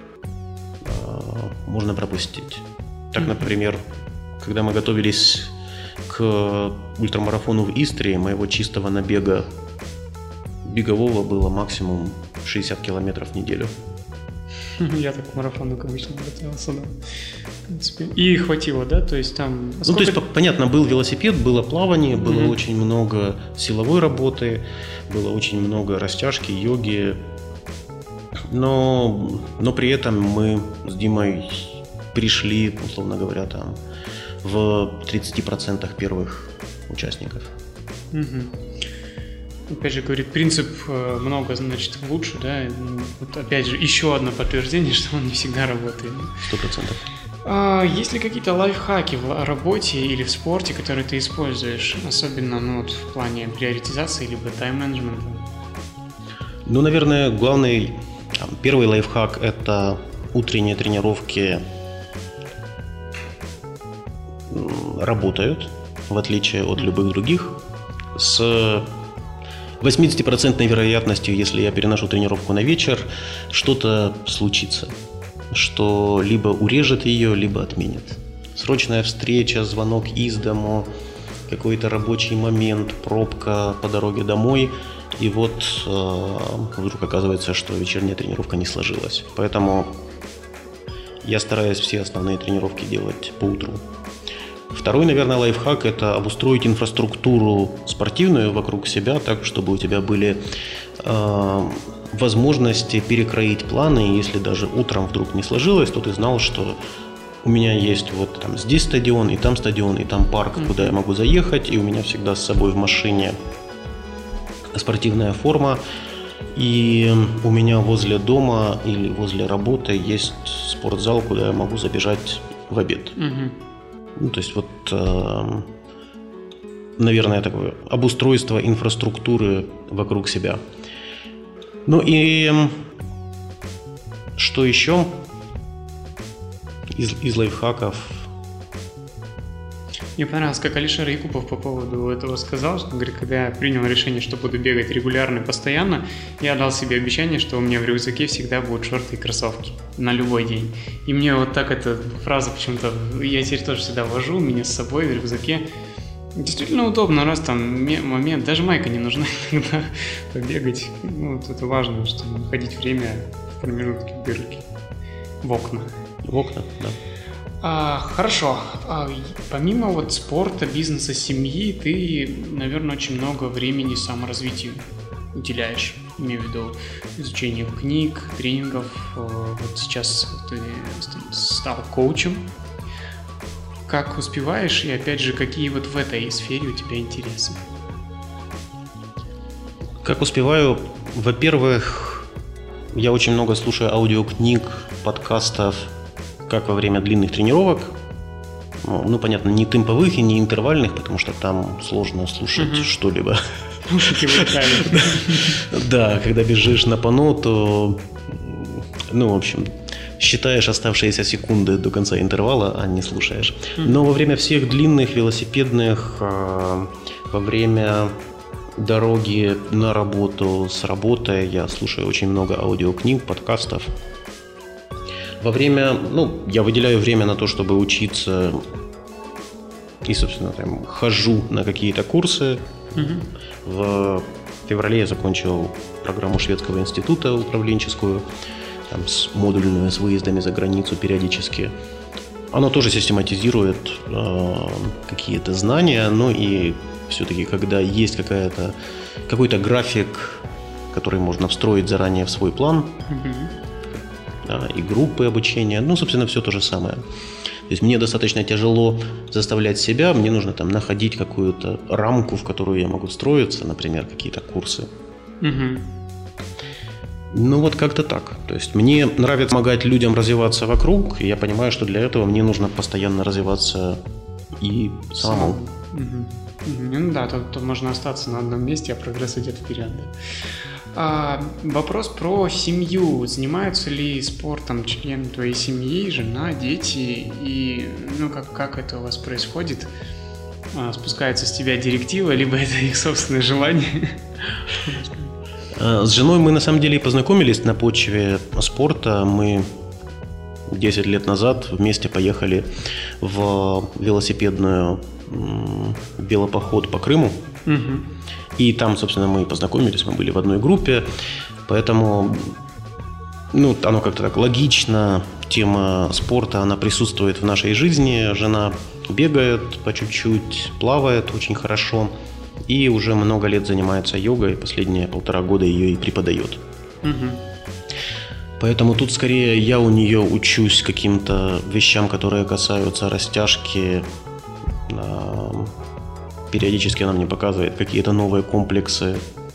пропустить. Так, например, когда мы готовились к ультрамарафону в Истрии, моего чистого набега бегового было максимум 60 километров в неделю. Я так к марафону обычно готовился, да. В принципе. И хватило, да? То есть там... Ну, то есть, понятно, был велосипед, было плавание, было очень много силовой работы, было очень много растяжки, йоги. Но при этом мы с Димой пришли, условно говоря, там в 30% первых участников. Опять же, говорит, принцип много, значит, лучше, да? Вот опять же, еще одно подтверждение, что он не всегда работает. 100%. Есть ли какие-то лайфхаки в работе или в спорте, которые ты используешь, особенно в плане приоритизации либо тайм-менеджмента? Ну, наверное, главный, первый лайфхак – это утренние тренировки работают, в отличие от любых других, с 80% вероятностью, если я переношу тренировку на вечер, что-то случится, что либо урежет ее, либо отменит. Срочная встреча, звонок из дому, какой-то рабочий момент, пробка по дороге домой, и вот вдруг оказывается, что вечерняя тренировка не сложилась. Поэтому я стараюсь все основные тренировки делать по утру. Второй, наверное, лайфхак – это обустроить инфраструктуру спортивную вокруг себя так, чтобы у тебя были возможности перекроить планы. И если даже утром вдруг не сложилось, то ты знал, что у меня есть вот там здесь стадион, и там парк, куда я могу заехать, и у меня всегда с собой в машине спортивная форма, и у меня возле дома или возле работы есть спортзал, куда я могу забежать в обед. Ну, то есть вот, наверное, такое обустройство инфраструктуры вокруг себя. Ну и что еще из лайфхаков? Мне понравилось, как Алишер Якупов по поводу этого сказал, что, говорит, когда я принял решение, что буду бегать регулярно и постоянно, я дал себе обещание, что у меня в рюкзаке всегда будут шорты и кроссовки на любой день. И мне вот так эта фраза почему-то, я теперь тоже всегда вожу, у меня с собой в рюкзаке. Действительно удобно, раз там момент, даже майка не нужна иногда побегать. Ну, вот это важно, что находить время в промежутке дырки в окна. В окна, да. Хорошо. Помимо вот спорта, бизнеса, семьи, ты, наверное, очень много времени саморазвитию уделяешь. Имею в виду изучение книг, тренингов. Вот сейчас ты стал коучем. как успеваешь, и опять же, какие вот в этой сфере у тебя интересы? Как успеваю? Во-первых, я очень много слушаю аудиокниг, подкастов, как во время длинных тренировок. Ну, понятно, не темповых и не интервальных, потому что там сложно слушать что-либо. Да, когда бежишь на пано, то, в общем, считаешь оставшиеся секунды до конца интервала, а не слушаешь. Но во время всех длинных велосипедных, во время дороги на работу, с работы я слушаю очень много аудиокниг, подкастов. Во время, я выделяю время на то, чтобы учиться, и, собственно, там, хожу на какие-то курсы. В феврале я закончил программу Шведского института управленческую, там, модульную, с выездами за границу периодически. Оно тоже систематизирует какие-то знания, но и все-таки, когда есть какой-то график, который можно встроить заранее в свой план, и группы обучения, собственно, все то же самое. То есть мне достаточно тяжело заставлять себя, мне нужно там находить какую-то рамку, в которую я могу встроиться, например, какие-то курсы. Вот как-то так. То есть мне нравится помогать людям развиваться вокруг, и я понимаю, что для этого мне нужно постоянно развиваться и самому. То можно остаться на одном месте, а прогресс идет вперед. Вопрос про семью. Занимаются ли спортом члены твоей семьи, жена, дети? И как это у вас происходит? Спускается с тебя директива, либо это их собственное желание? С женой мы на самом деле познакомились на почве спорта. Мы 10 лет назад вместе поехали в велопоход по Крыму. И там, собственно, мы познакомились, мы были в одной группе, поэтому, оно как-то так логично, тема спорта, она присутствует в нашей жизни, жена бегает по чуть-чуть, плавает очень хорошо, и уже много лет занимается йогой, последние 1,5 года ее и преподает. Поэтому тут скорее я у нее учусь каким-то вещам, которые касаются растяжки. Периодически она мне показывает какие-то новые комплексы.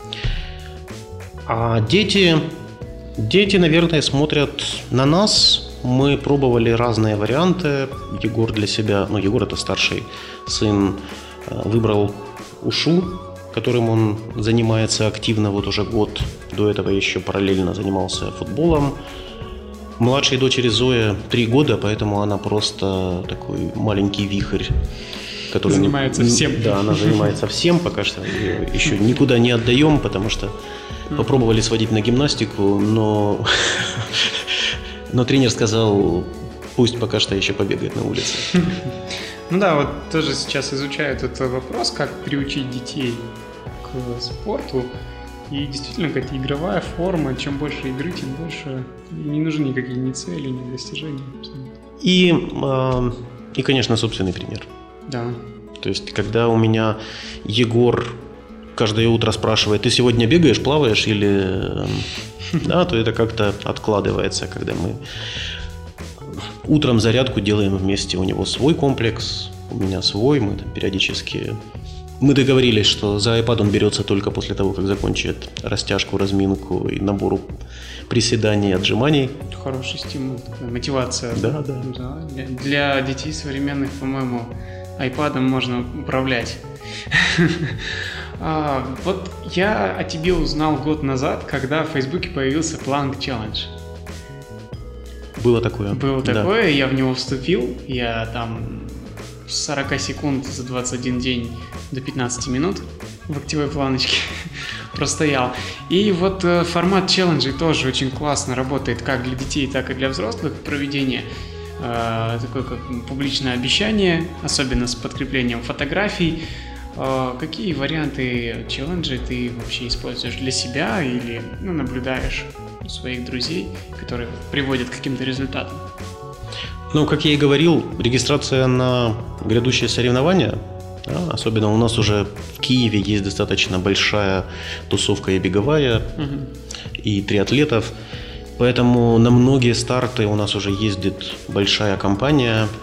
А дети, наверное, смотрят на нас. Мы пробовали разные варианты. Егор для себя, Егор это старший сын, выбрал ушу, которым он занимается активно вот уже год. До этого еще параллельно занимался футболом. Младшей дочери Зое 3 года, поэтому она просто такой маленький вихрь, который занимается всем. Да, она занимается всем, пока что ее еще никуда не отдаем, потому что попробовали сводить на гимнастику, но тренер сказал, пусть пока что еще побегает на улице. Вот тоже сейчас изучают этот вопрос, как приучить детей к спорту. И действительно, какая-то игровая форма, чем больше игры, тем больше не нужны никакие ни цели, ни достижения. И, конечно, собственный пример. Да. То есть, когда у меня Егор каждое утро спрашивает, ты сегодня бегаешь, плаваешь или... Да, то это как-то откладывается, когда мы утром зарядку делаем вместе. У него свой комплекс, у меня свой, мы там периодически... Мы договорились, что за iPad он берется только после того, как закончит растяжку, разминку и набор приседаний и отжиманий. Хороший стимул, мотивация. Да. Для детей современных, по-моему, iPad'ом можно управлять. Вот я о тебе узнал год назад, когда в Фейсбуке появился Plank Challenge. Было такое. Да. Я в него вступил, я там 40 секунд за 21 день до 15 минут в активной планочке простоял. И вот формат челленджей тоже очень классно работает как для детей, так и для взрослых. Проведение такое как публичное обещание, особенно с подкреплением фотографий. Какие варианты челленджей ты вообще используешь для себя или наблюдаешь у своих друзей, которые приводят к каким-то результатам? Как я и говорил, регистрация на грядущие соревнования, особенно у нас уже в Киеве есть достаточно большая тусовка и беговая, и триатлетов, поэтому на многие старты у нас уже ездит большая компания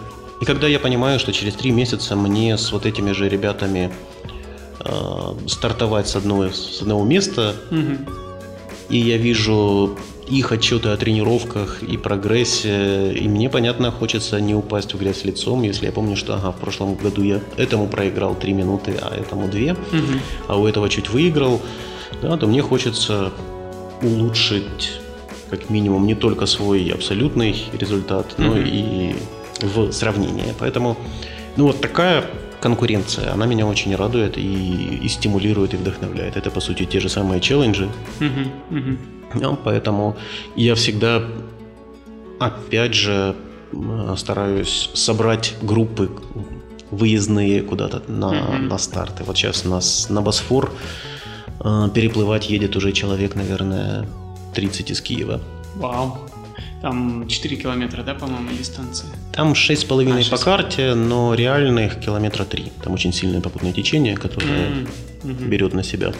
И когда я понимаю, что через 3 месяца мне с вот этими же ребятами стартовать с одного места, и я вижу их отчеты о тренировках и прогрессе, и мне, понятно, хочется не упасть в грязь лицом, если я помню, что в прошлом году я этому проиграл 3 минуты, а этому 2, а у этого чуть выиграл, да, то мне хочется улучшить как минимум не только свой абсолютный результат, но и в сравнении. Поэтому, вот такая конкуренция, она меня очень радует и стимулирует, и вдохновляет. Это, по сути, те же самые челленджи. Поэтому я всегда, опять же, стараюсь собрать группы выездные куда-то на старты. Вот сейчас на Босфор переплывать едет уже человек, наверное, 30 из Киева. Вау. Там 4 километра, да, по-моему, дистанция? Там 6,5 по карте, но реальных километра 3. Там очень сильное попутное течение, которое берет на себя.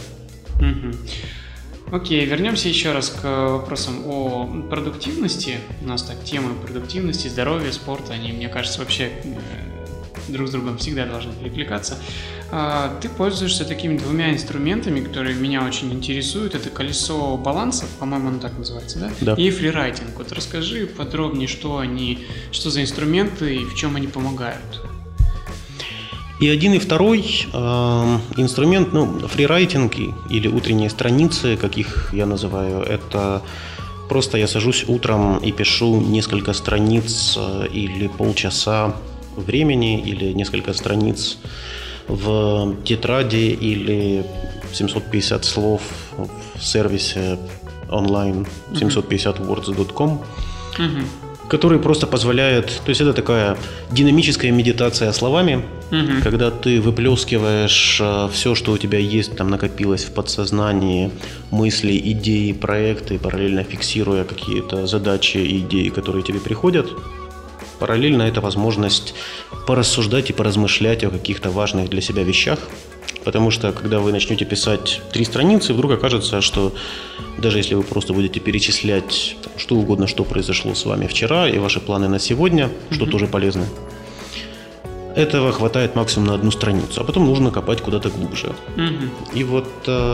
Окей, вернемся еще раз к вопросам о продуктивности. У нас так темы продуктивности, здоровья, спорта, они, мне кажется, вообще друг с другом всегда должны перекликаться. Ты пользуешься такими 2 инструментами, которые меня очень интересуют. Это колесо баланса, по-моему, оно так называется, да? Да. И фрирайтинг. Вот расскажи подробнее, что за инструменты и в чем они помогают. И один, и второй инструмент, фрирайтинг или утренние страницы, как их я называю, это просто я сажусь утром и пишу несколько страниц или полчаса времени, или несколько страниц в тетради, или 750 слов в сервисе онлайн 750words.com, который просто позволяет, то есть это такая динамическая медитация словами, когда ты выплескиваешь все, что у тебя есть, там накопилось в подсознании, мысли, идеи, проекты, параллельно фиксируя какие-то задачи и идеи, которые тебе приходят. Параллельно это возможность порассуждать и поразмышлять о каких-то важных для себя вещах, потому что когда вы начнете писать 3 страницы, вдруг окажется, что даже если вы просто будете перечислять что угодно, что произошло с вами вчера и ваши планы на сегодня, что тоже полезно, этого хватает максимум на 1 страницу, а потом нужно копать куда-то глубже. И вот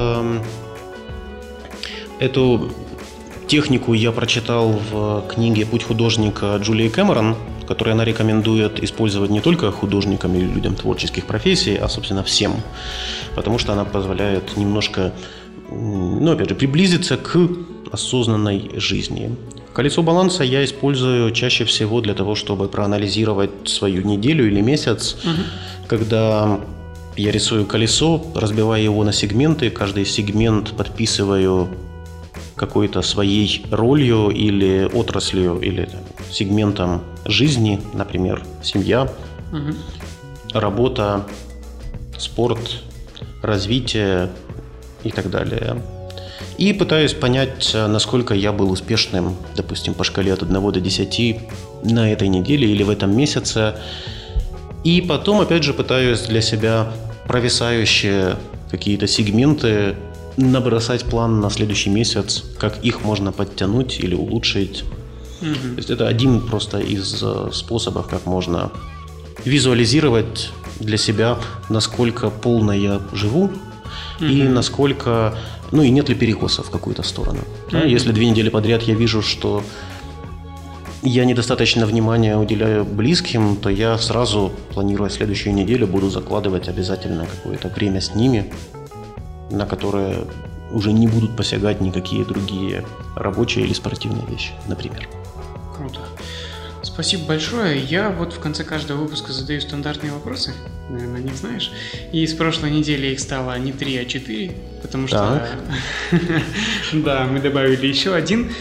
эту технику я прочитал в книге «Путь художника» Джулии Кэмерон, которую она рекомендует использовать не только художникам или людям творческих профессий, а, собственно, всем. Потому что она позволяет немножко, опять же, приблизиться к осознанной жизни. Колесо баланса я использую чаще всего для того, чтобы проанализировать свою неделю или месяц, когда я рисую колесо, разбиваю его на сегменты, каждый сегмент подписываю какой-то своей ролью или отраслью, или сегментом жизни, например, семья, работа, спорт, развитие и так далее. И пытаюсь понять, насколько я был успешным, допустим, по шкале от 1 до 10 на этой неделе или в этом месяце. И потом, опять же, пытаюсь для себя провисающие какие-то сегменты набросать план на следующий месяц, как их можно подтянуть или улучшить. То есть это один просто из способов, как можно визуализировать для себя, насколько полно я живу и насколько, и нет ли перекосов в какую-то сторону. Да, если 2 недели подряд я вижу, что я недостаточно внимания уделяю близким, то я сразу, планируя следующую неделю, буду закладывать обязательно какое-то время с ними, на которые уже не будут посягать никакие другие рабочие или спортивные вещи, например. Круто. Спасибо большое. Я вот в конце каждого выпуска задаю стандартные вопросы, наверное, не знаешь. И с прошлой недели их стало не 3, а 4, потому что... Да, мы добавили еще один.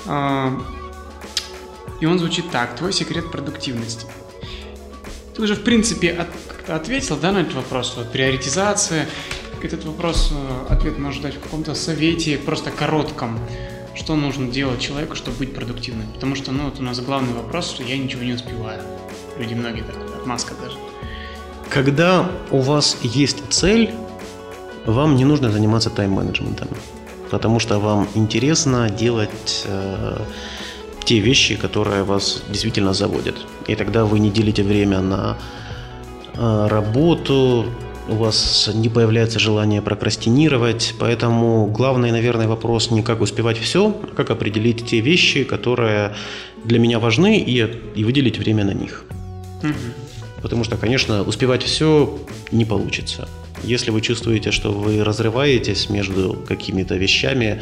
И он звучит так. Твой секрет продуктивности. Ты уже, в принципе, ответил, да, на этот вопрос? Вот приоритизация. Этот вопрос, ответ может дать в каком-то совете, просто коротком. Что нужно делать человеку, чтобы быть продуктивным? Потому что, вот у нас главный вопрос, что я ничего не успеваю. Люди многие так, отмазка даже. Когда у вас есть цель, вам не нужно заниматься тайм-менеджментом. Потому что вам интересно делать те вещи, которые вас действительно заводят. И тогда вы не делите время на работу, у вас не появляется желание прокрастинировать. Поэтому главный, наверное, вопрос не как успевать все, а как определить те вещи, которые для меня важны, и выделить время на них. Потому что, конечно, успевать все не получится. Если вы чувствуете, что вы разрываетесь между какими-то вещами,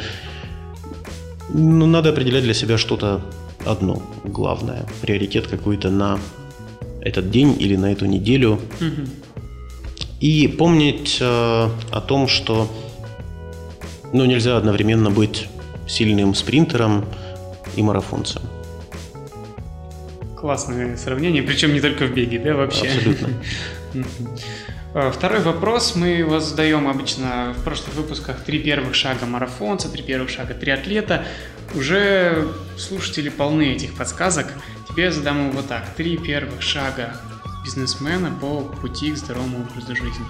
надо определять для себя что-то одно главное, приоритет какой-то на этот день или на эту неделю. И помнить о том, что нельзя одновременно быть сильным спринтером и марафонцем. Классное сравнение, причем не только в беге, да, вообще? Абсолютно. Второй вопрос мы его задаем обычно в прошлых выпусках. 3 первых шага марафонца, 3 первых шага триатлета. Уже слушатели полны этих подсказок. Тебе я задам его вот так. 3 первых шага бизнесмена по пути к здоровому образу жизни.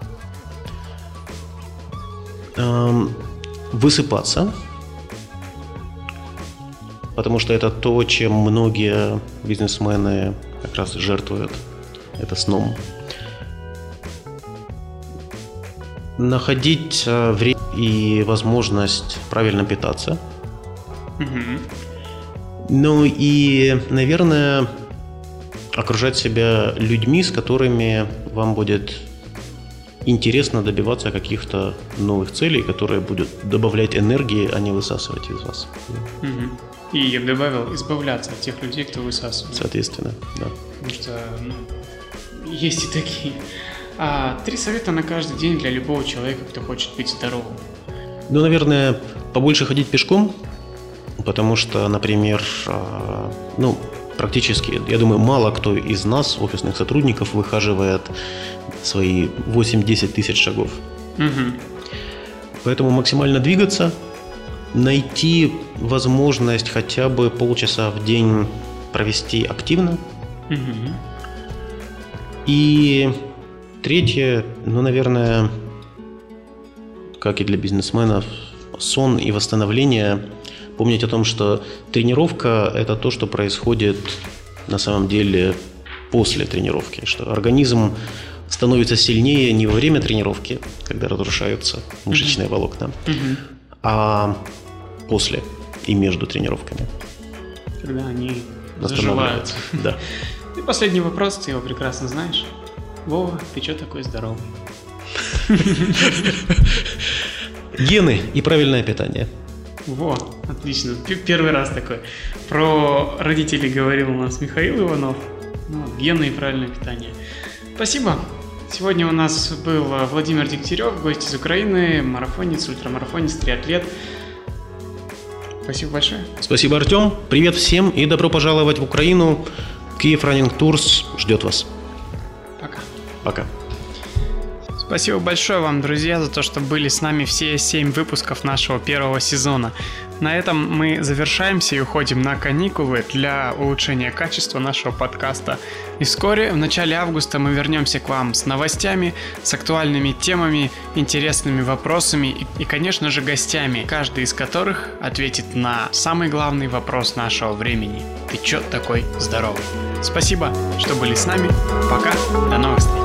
Высыпаться. Потому что это то, чем многие бизнесмены как раз жертвуют. Это сном. Находить время и возможность правильно питаться. Ну и, наверное, окружать себя людьми, с которыми вам будет интересно добиваться каких-то новых целей, которые будут добавлять энергии, а не высасывать из вас. И я бы добавил, избавляться от тех людей, кто высасывает. Соответственно, да. Потому что есть и такие. 3 совета на каждый день для любого человека, кто хочет быть здоровым. Наверное, побольше ходить пешком, потому что, например, практически, я думаю, мало кто из нас, офисных сотрудников, выхаживает свои 8-10 тысяч шагов. Поэтому максимально двигаться, найти возможность хотя бы полчаса в день провести активно. И третье, наверное, как и для бизнесменов, сон и восстановление. Помнить о том, что тренировка – это то, что происходит на самом деле после тренировки. Что организм становится сильнее не во время тренировки, когда разрушаются мышечные волокна, а после и между тренировками. Когда они заживают. Да. И последний вопрос, ты его прекрасно знаешь. Вова, ты что такой здоровый? Гены и правильное питание. Во, отлично. Первый раз такой. Про родителей говорил у нас Михаил Иванов. Гены и правильное питание. Спасибо. Сегодня у нас был Владимир Дегтярев, гость из Украины, марафонец, ультрамарафонец, триатлет. Спасибо большое. Спасибо, Артем. Привет всем и добро пожаловать в Украину. Киев Running Tours ждет вас. Пока. Пока. Спасибо большое вам, друзья, за то, что были с нами все 7 выпусков нашего первого сезона. На этом мы завершаемся и уходим на каникулы для улучшения качества нашего подкаста. И вскоре, в начале августа, мы вернемся к вам с новостями, с актуальными темами, интересными вопросами и, конечно же, гостями, каждый из которых ответит на самый главный вопрос нашего времени. Ты чё такой здоровый? Спасибо, что были с нами. Пока, до новых встреч.